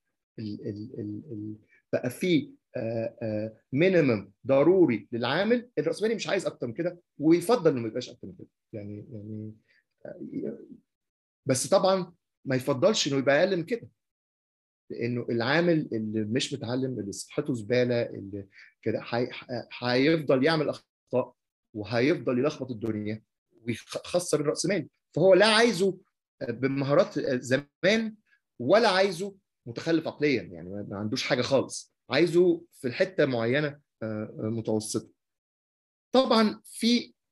بقى فيه مينيمم ضروري للعامل. الرأسمالي مش عايز اكتر من كده، ويفضل انه ما يبقاش اكتر من كده. يعني بس طبعا ما يفضلش انه يبقى اقل من كده، لانه العامل اللي مش متعلم، اللي صحته زباله، اللي كده هيفضل يعمل اخطاء، وهيفضل يلخبط الدنيا ويخسر الرأسمالي. فهو لا عايزه بمهارات زمان، ولا عايزه متخلف عقليا، يعني ما عندوش حاجه خالص، عايزه في الحته معينه متوسطه. طبعا في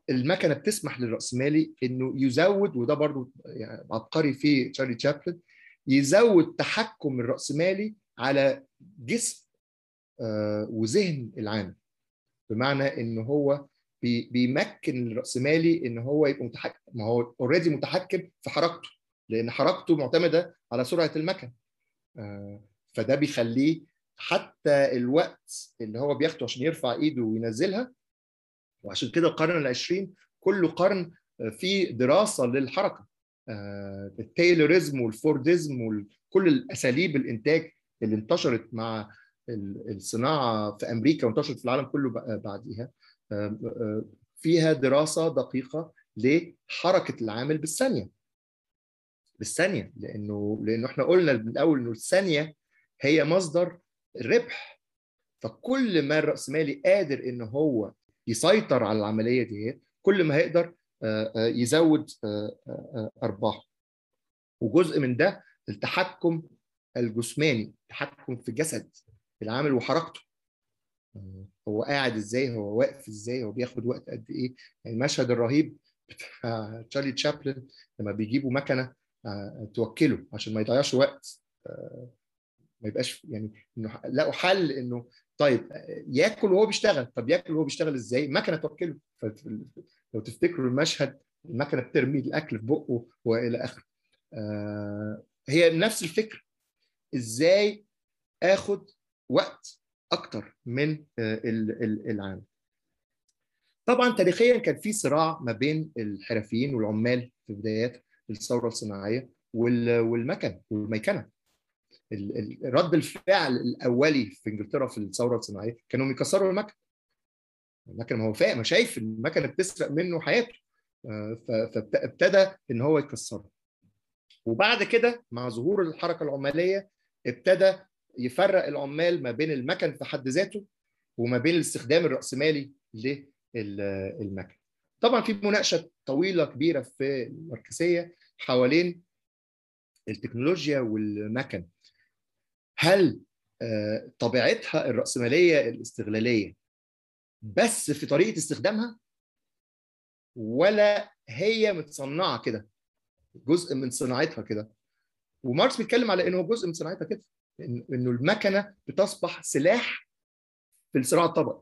المكنه بتسمح للراسمالي انه يزود، وده برضو يعني عبقري في تشارلي تشابلن، يزود تحكم الراسمالي على جسم وذهن العامل. بمعنى ان هو بيمكن الراسمالي ان هو يبقى متحكم، ما هو اوريدي متحكم في حركته، لان حركته معتمده على سرعه المكن. فده بيخليه حتى الوقت اللي هو بياخده عشان يرفع ايده وينزلها. وعشان كده القرن العشرين كله قرن فيه دراسه للحركه. التايلوريزم والفورديزم وكل الاساليب الانتاج اللي انتشرت مع الصناعه في امريكا وانتشرت في العالم كله بعديها فيها دراسه دقيقه لحركه العامل بالثانيه، لانه احنا قلنا من الاول انه الثانيه هي مصدر الربح. فكل ما الرأسمالي قادر ان هو يسيطر على العمليه دي، كل ما هيقدر يزود ارباحه. وجزء من ده التحكم الجسماني، التحكم في جسد العامل وحركته، هو قاعد ازاي، هو واقف ازاي، هو بياخد وقت قد ايه. يعني المشهد الرهيب بتاع تشارلي تشابلن لما بيجيبوا مكنه توكله عشان ما يضيعش وقت، ما يبقاش يعني انه لقوا حل انه طيب ياكل وهو بيشتغل. طب ياكل وهو بيشتغل ازاي؟ مكنه توكله. لو تفتكروا المشهد، المكنه بترمي الاكل في بقه والى اخره. هي نفس الفكره، ازاي اخد وقت اكتر من العامل. طبعا تاريخيا كان في صراع ما بين الحرفيين والعمال في بدايات الثوره الصناعيه والميكنه. رد الفعل الاولي في انجلترا في الثوره الصناعيه كانوا يكسروا المكن. ما هو فاهم، شايف المكنه بتسرق منه حياته، فابتدى ان هو يكسرها. وبعد كده مع ظهور الحركه العماليه ابتدى يفرق العمال ما بين المكن في حد ذاته وما بين الاستخدام الراسمالي للمكن. طبعا في مناقشه طويله كبيره في الماركسيه حوالين التكنولوجيا والمكن. هل طبيعتها الرأسمالية الاستغلالية بس في طريقة استخدامها، ولا هي متصنعة كده، جزء من صناعتها كده؟ وماركس بيتكلم على انه جزء من صناعتها كده، انه المكنة بتصبح سلاح في الصراع الطبقي.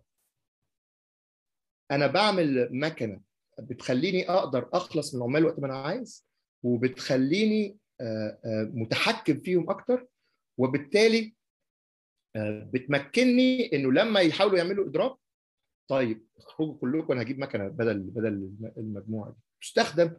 انا بعمل مكنة بتخليني اقدر اخلص من العمال وقت ما انا عايز، وبتخليني متحكم فيهم اكتر، وبالتالي بتمكنني انه لما يحاولوا يعملوا اضراب، طيب اخرجوا كلكم انا هجيب مكنه بدل المجموعه دي، تستخدم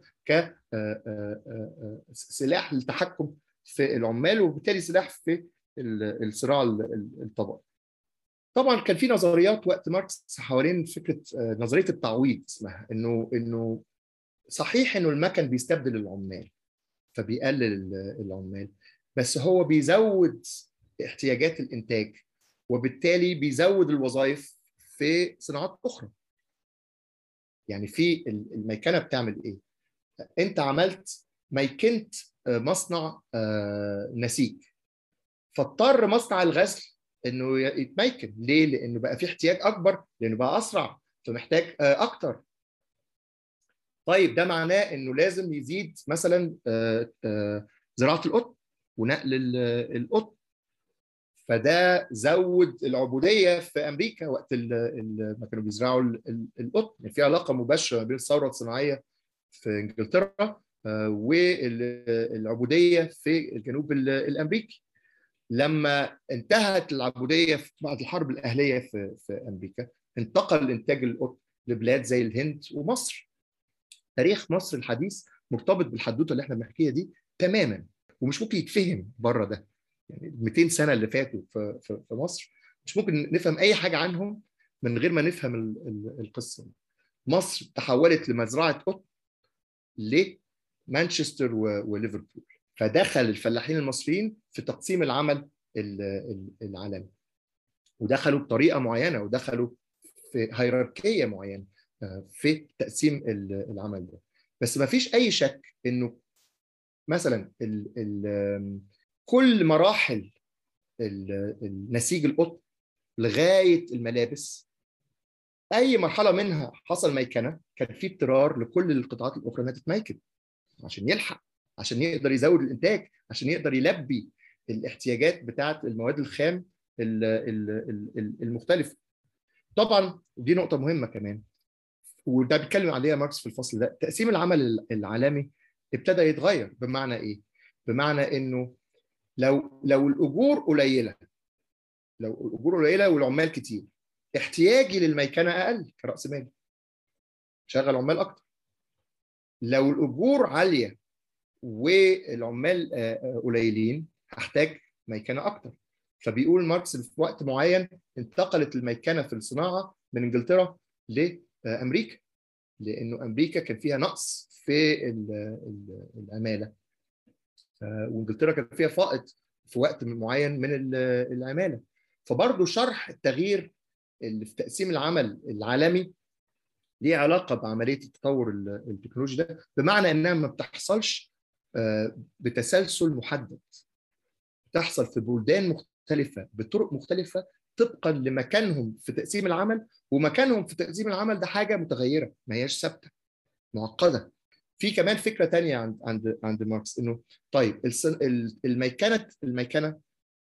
كسلاح للتحكم في العمال، وبالتالي سلاح في الصراع الطبقي. طبعا كان في نظريات وقت ماركس حوالين فكره نظريه التعويض اسمها، انه صحيح انه المكن بيستبدل العمال فبيقلل العمال، بس هو بيزود احتياجات الانتاج، وبالتالي بيزود الوظائف في صناعات اخرى. يعني في الميكنه بتعمل ايه؟ انت عملت ميكنت مصنع نسيج، فاضطر مصنع الغزل انه يتميكن. ليه؟ لانه بقى في احتياج اكبر، لانه بقى اسرع فمحتاج اكتر. طيب ده معناه انه لازم يزيد مثلا زراعه القطن ونقل القطن، فده زود العبوديه في امريكا وقت ما كانوا بيزرعوا القطن. يعني في علاقه مباشره بين الثوره الصناعيه في انجلترا والعبوديه في الجنوب الامريكي. لما انتهت العبوديه بعد الحرب الاهليه في امريكا، انتقل انتاج القطن لبلاد زي الهند ومصر. تاريخ مصر الحديث مرتبط بالحدوته اللي احنا بنحكيها دي تماما، ومش ممكن يتفهم بره ده. يعني 200 سنه اللي فاتوا في مصر مش ممكن نفهم اي حاجه عنهم من غير ما نفهم القصه دي. مصر تحولت لمزرعه قطن لمانشستر وليفربول، فدخل الفلاحين المصريين في تقسيم العمل العالمي، ودخلوا بطريقه معينه، ودخلوا في هيراركيه معينه في تقسيم العمل ده. بس ما فيش اي شك انه مثلا كل مراحل النسيج القطن لغايه الملابس اي مرحله منها حصل ميكنه كان في اضطرار لكل القطاعات الاخرى انها تتميكن عشان يلحق، عشان يقدر يزود الانتاج، عشان يقدر يلبي الاحتياجات بتاعه المواد الخام المختلفه. طبعا دي نقطه مهمه كمان، وده بيتكلم عليها ماركس في الفصل ده. تقسيم العمل العالمي ابتدى يتغير. بمعنى ايه؟ بمعنى انه لو الاجور قليله، لو الاجور قليله والعمال كتير، احتياجي للميكنه اقل كراس مالي، شغل عمال اكتر. لو الاجور عاليه والعمال قليلين، هحتاج ميكنه اكتر. فبيقول ماركس في وقت معين انتقلت الميكنه في الصناعه من انجلترا لامريكا، لانه امريكا كان فيها نقص في العماله، وانجلترا كان فيها فائض في وقت معين من العماله. فبرضه شرح التغيير اللي في تقسيم العمل العالمي ليه علاقه بعمليه التطور التكنولوجي ده، بمعنى انها ما بتحصلش بتسلسل محدد، بتحصل في بلدان مختلفه بطرق مختلفه طبقا لمكانهم في تقسيم العمل، ومكانهم في تقسيم العمل ده حاجه متغيره ما هياش ثابته، معقده. في كمان فكره تانية عند ماركس، انه طيب الميكنه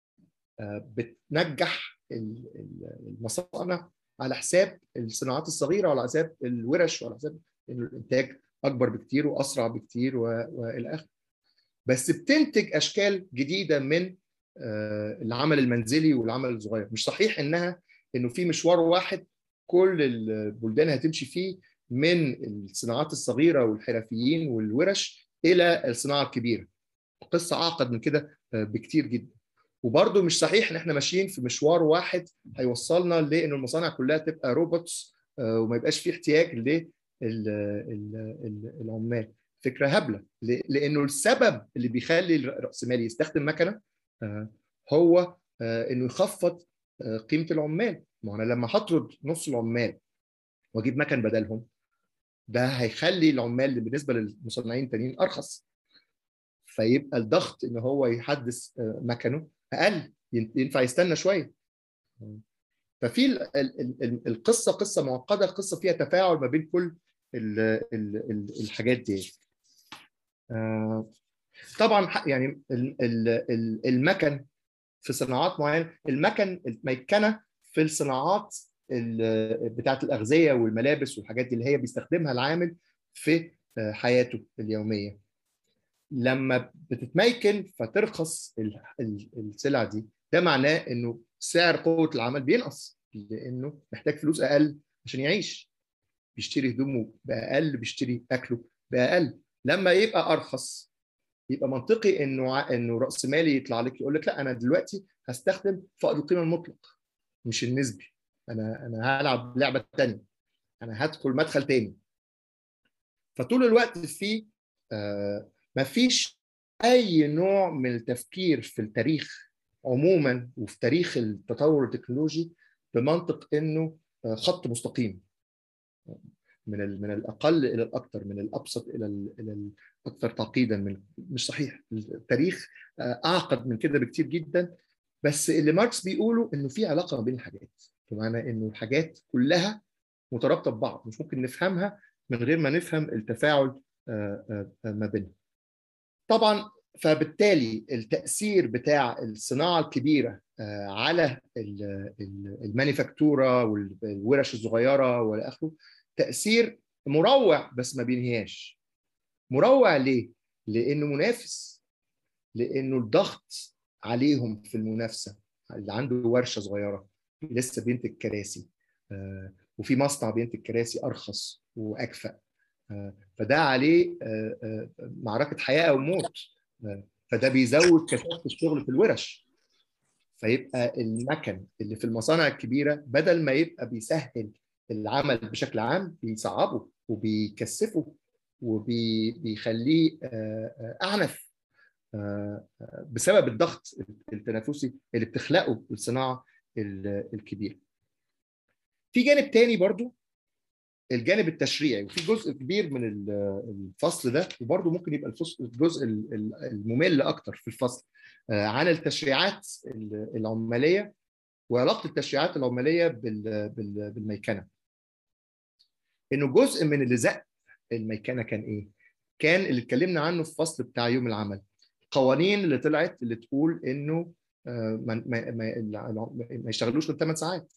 بتنجح المصانع على حساب الصناعات الصغيره، وعلى حساب الورش، وعلى حساب انه الانتاج اكبر بكتير واسرع بكتير والى اخره. بس بتنتج اشكال جديده من العمل المنزلي والعمل الصغير. مش صحيح انه في مشوار واحد كل البلدان هتمشي فيه من الصناعات الصغيره والحرفيين والورش الى الصناعه الكبيره. قصه اعقد من كده بكتير جدا. وبرده مش صحيح ان احنا ماشيين في مشوار واحد هيوصلنا لان المصانع كلها تبقى روبوتس وما يبقاش في احتياج للعمال. فكره هبله، لانه السبب اللي بيخلي الراسمالي يستخدم مكنه هو انه يخفض قيمه العمال. ما انا لما هطرد نص العمال واجيب مكن بدلهم، ده هيخلي العمال اللي بالنسبه للمصنعين التانيين ارخص، فيبقى الضغط ان هو يحدث مكنه اقل، ينفع يستنى شويه. ففي القصه قصه معقده، قصه فيها تفاعل ما بين كل الحاجات دي. طبعا يعني المكن في صناعات معينه، الميكنه في الصناعات بتاعه الاغذيه والملابس والحاجات دي اللي هي بيستخدمها العامل في حياته اليوميه، لما بتتميكن فترخص السلع دي، ده معناه انه سعر قوه العمل بينقص، لانه محتاج فلوس اقل عشان يعيش، بيشتري هدومه باقل، بيشتري اكله باقل. لما يبقى ارخص، يبقى منطقي انه راس مالي يطلع لك يقول لك لا، انا دلوقتي هستخدم فائض القيمه المطلق مش النسبي، انا هلعب لعبه ثانيه، انا هدخل مدخل ثاني. فطول الوقت في ما فيش اي نوع من التفكير في التاريخ عموما وفي تاريخ التطور التكنولوجي بمنطق انه خط مستقيم من الاقل الى الاكثر، من الابسط الى الاكثر تعقيدا. مش صحيح. التاريخ اعقد من كده بكتير جدا. بس اللي ماركس بيقوله انه في علاقه ما بين الحاجات، بمعنى انه الحاجات كلها مترابطه ببعض، مش ممكن نفهمها من غير ما نفهم التفاعل ما بينهم. طبعا فبالتالي التاثير بتاع الصناعه الكبيره على المانيفاكتوره والورش الصغيره والى اخره تاثير مروع، بس ما بينهياش. مروع ليه؟ لانه منافس، لانه الضغط عليهم في المنافسه، اللي عنده ورشه صغيره لسه بينتج كراسي وفي مصنع بينتج كراسي ارخص واكفأ، فده عليه معركه حياه او موت، فده بيزود كثافه الشغل في الورش. فيبقى المكن اللي في المصانع الكبيره بدل ما يبقى بيسهل العمل بشكل عام، بيصعبه وبيكثفه وبيخليه اعنف بسبب الضغط التنافسي اللي بتخلقه الصناعه الكبيره. في جانب تاني برضو، الجانب التشريعي، وفي جزء كبير من الفصل ده، وبرضه ممكن يبقى الجزء الممل اكتر في الفصل عن التشريعات العماليه وعلاقه التشريعات العماليه بالميكنه. انه جزء من اللي زق الميكنه كان ايه؟ كان اللي اتكلمنا عنه في الفصل بتاع يوم العمل، القوانين اللي طلعت اللي تقول انه ما يشتغلوش غير 8 ساعات.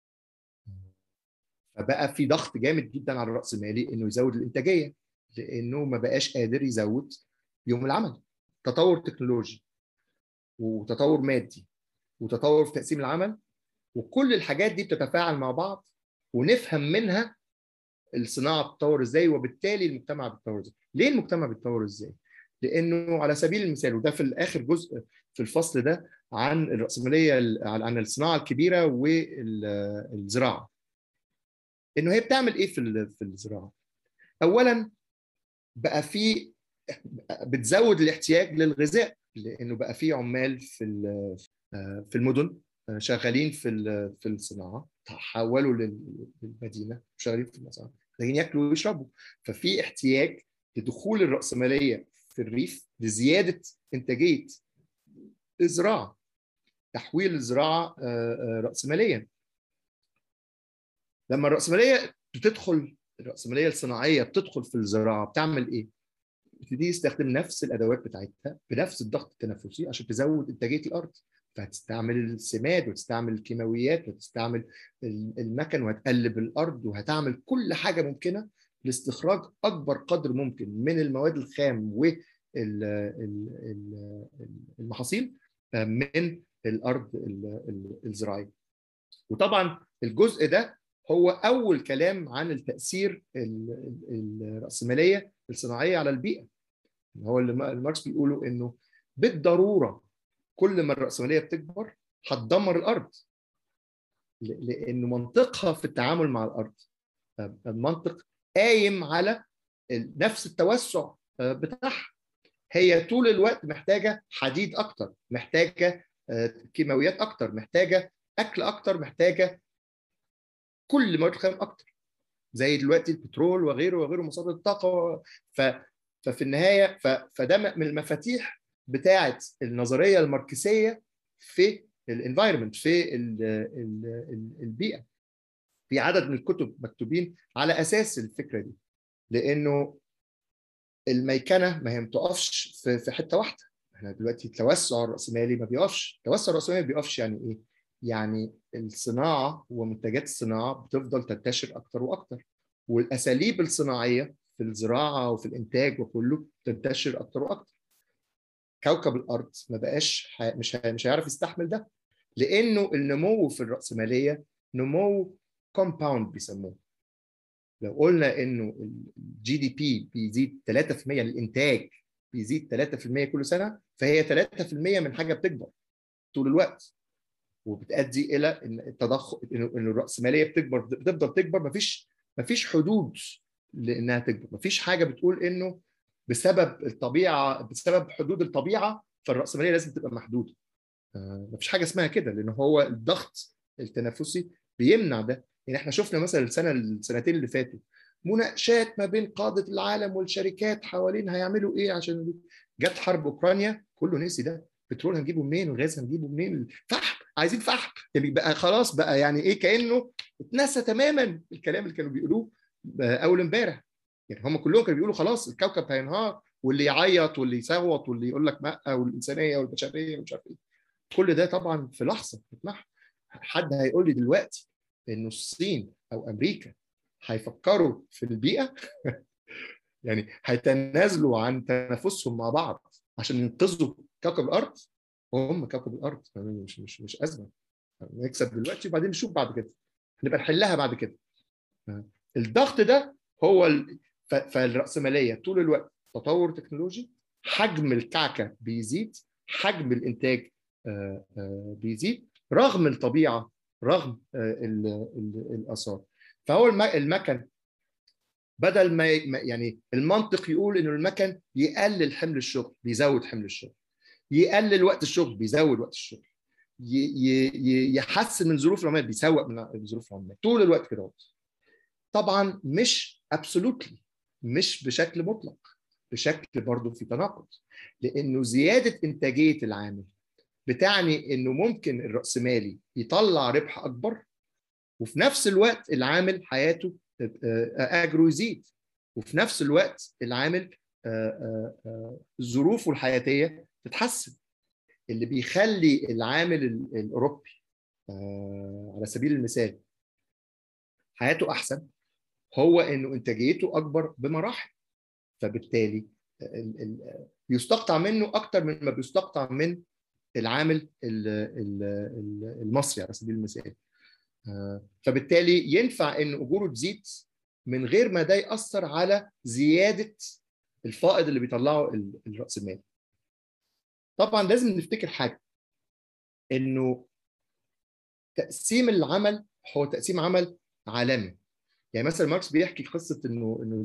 فبقى في ضغط جامد جدا على الرأسمالي انه يزود الانتاجيه، لانه ما بقاش قادر يزود يوم العمل. تطور تكنولوجي وتطور مادي وتطور في تقسيم العمل، وكل الحاجات دي بتتفاعل مع بعض، ونفهم منها الصناعه بتتطور ازاي، وبالتالي المجتمع بيتطور ازاي. ليه المجتمع بيتطور ازاي؟ لانه على سبيل المثال، وده في الاخر جزء في الفصل ده عن الرأسماليه، عن الصناعه الكبيره والزراعه. انه هي بتعمل ايه في الزراعه؟ اولا بقى في بتزود الاحتياج للغذاء، لانه بقى في عمال في المدن شغالين في الصناعه، تحولوا للمدينه شغالين في المصانع، محتاجين ياكلوا ويشربوا. ففي احتياج لدخول الرأسماليه في الريف لزياده انتاجيه الزراعه، تحويل الزراعه رأسماليا. لما الرأسماليه الصناعيه بتدخل في الزراعه بتعمل ايه؟ بتبتدي تستخدم نفس الادوات بتاعتها بنفس الضغط التنفسي عشان تزود انتاجيه الارض. فهتستعمل السماد وتستعمل الكيماويات وتستعمل المكن وهتقلب الارض وهتعمل كل حاجه ممكنه لاستخراج اكبر قدر ممكن من المواد الخام والمحاصيل من الارض الزراعيه. وطبعا الجزء ده هو اول كلام عن التاثير الرأسماليه الصناعيه على البيئه. هو اللي ماركس بيقولوا انه بالضروره كل ما الرأسماليه بتكبر هتدمر الارض، لانه منطقها في التعامل مع الارض المنطق قايم على نفس التوسع بتاعها. هي طول الوقت محتاجه حديد اكتر، محتاجه كيماويات اكتر، محتاجه اكل اكتر، محتاجه كل مواد خام اكتر، زي دلوقتي البترول وغيره وغيره مصادر الطاقه. ففي النهايه فده من المفاتيح بتاعه النظريه الماركسيه في الانفايرمنت، في البيئه. في عدد من الكتب مكتوبين على اساس الفكره دي، لانه الميكنه ما هي ما بتقفش في حته واحده. احنا دلوقتي التوسع الراسمالي ما بيقفش. التوسع الراسمالي ما بيقفش يعني ايه؟ يعني الصناعه ومنتجات الصناعه بتفضل تنتشر اكتر واكتر، والاساليب الصناعيه في الزراعه وفي الانتاج وكله تنتشر اكتر واكتر. كوكب الارض ما بقاش مش هيعرف يستحمل ده، لانه النمو في الراسماليه نمو كومباوند بيسموه. لو قلنا انه الجي دي بي بيزيد 3%، الانتاج بيزيد 3% كل سنه، فهي 3% من حاجه بتكبر طول الوقت، وبتؤدي الى ان التضخم، ان الراسماليه بتفضل تكبر. مفيش حدود لانها تكبر. مفيش حاجه بتقول انه بسبب الطبيعه، بسبب حدود الطبيعه فالراسماليه لازم تبقى محدوده. مفيش حاجه اسمها كده، لان هو الضغط التنافسي بيمنع ده. يعني احنا شفنا مثلا السنتين اللي فاتوا مناقشات ما بين قاده العالم والشركات حوالين هيعملوا ايه عشان جت حرب اوكرانيا. كله نسي ده. بترول هنجيبه منين؟ والغاز هنجيبه منين؟ فحم، عايزين فحم. يعني بقى خلاص بقى يعني ايه، كانه اتنسى تماما الكلام اللي كانوا بيقولوه اول امبارح. يعني هم كلهم كانوا بيقولوا خلاص الكوكب هينهار، واللي يعيط واللي يصوت واللي يقول لك لا، والانسانيه والبشريه ومش عارف ايه. كل ده طبعا في لحظه بتتمحى. حد هيقول لي دلوقتي انه الصين او امريكا هيفكروا في البيئه؟ يعني هيتنازلوا عن تنافسهم مع بعض عشان ينقذوا كوكب الارض؟ هم كوكب الارض مش ازمه. نكسب دلوقتي وبعدين نشوف بعد كده، هنبقى نحلها بعد كده. الضغط ده هو فالرأسمالية طول الوقت تطور تكنولوجي، حجم الكعكة بيزيد، حجم الإنتاج بيزيد رغم الطبيعة، رغم الآثار. فهو المكن بدل ما يعني المنطق يقول إنه المكن يقلل حمل الشغل بيزود حمل الشغل، يقلل وقت الشغل بيزود وقت الشغل، يحسن من ظروف العمال بيسوق من ظروف العمال طول الوقت كده. طبعا مش ابسولوتلي، مش بشكل مطلق، بشكل برضه في تناقض، لانه زياده انتاجيه العامل بتعني انه ممكن الرأسمالي يطلع ربح اكبر، وفي نفس الوقت العامل حياته اجره يزيد، وفي نفس الوقت العامل ظروفه الحياتيه تتحسن. اللي بيخلي العامل الاوروبي على سبيل المثال حياته احسن هو انه انتاجيته اكبر بمراحل، فبالتالي بيستقطع منه اكتر من ما بيستقطع من العامل المصري على سبيل المثال. فبالتالي ينفع ان اجوره تزيد من غير ما ده ياثر على زياده الفائض اللي بيطلعه الراسمالي. طبعا لازم نفتكر حاجه، انه تقسيم العمل هو تقسيم عمل عالمي. يعني مثلا ماركس بيحكي قصه انه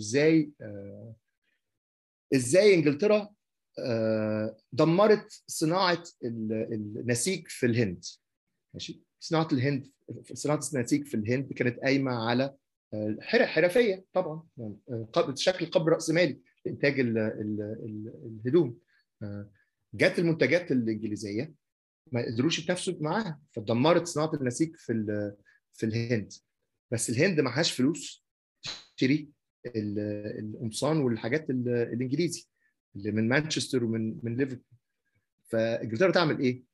ازاي انجلترا دمرت صناعه النسيج في الهند. ماشي، صناعه النسيج في الهند كانت قايمه على حرفيه طبعا، شكل قبل راسمالي لانتاج الهدوم. جت المنتجات الانجليزيه ما قدروش يتنافسوا معاها، فدمرت صناعه النسيج في الهند. بس الهند معهاش فلوس تشتري القمصان والحاجات الانجليزي اللي من مانشستر ومن ليفربول. فانجلترا تعمل ايه؟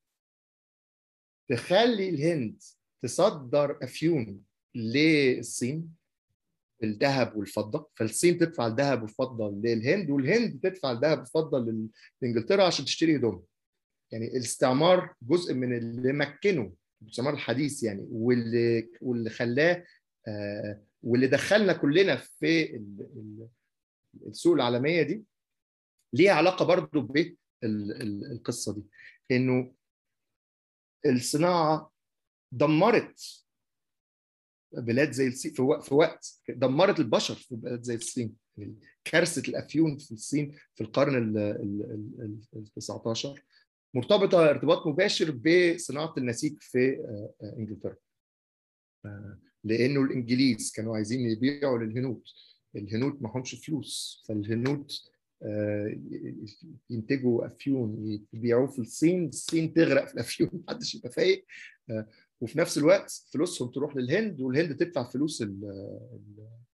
تخلي الهند تصدر افيون للصين الذهب والفضه، فالصين تدفع الذهب والفضه للهند، والهند تدفع الذهب والفضه لانجلترا عشان تشتري هدوم. يعني الاستعمار جزء من اللي مكنه الاستعمار الحديث، يعني واللي خلاه واللي دخلنا كلنا في السوق العالميه دي ليها علاقه برضو بالقصه دي، انه الصناعه دمرت بلاد زي الصين في وقت دمرت البشر في بلاد زي الصين. كارثه الافيون في الصين في القرن ال 19 مرتبطه ارتباط مباشر بصناعه النسيج في انجلترا، لانه الانجليز كانوا عايزين يبيعوا للهنود، الهنود ما همش فلوس، فالهنود ينتجوا افيون يبيعوه في الصين، الصين تغرق في الافيون محدش يبقى فايق، وفي نفس الوقت فلوسهم تروح للهند والهند تدفع فلوس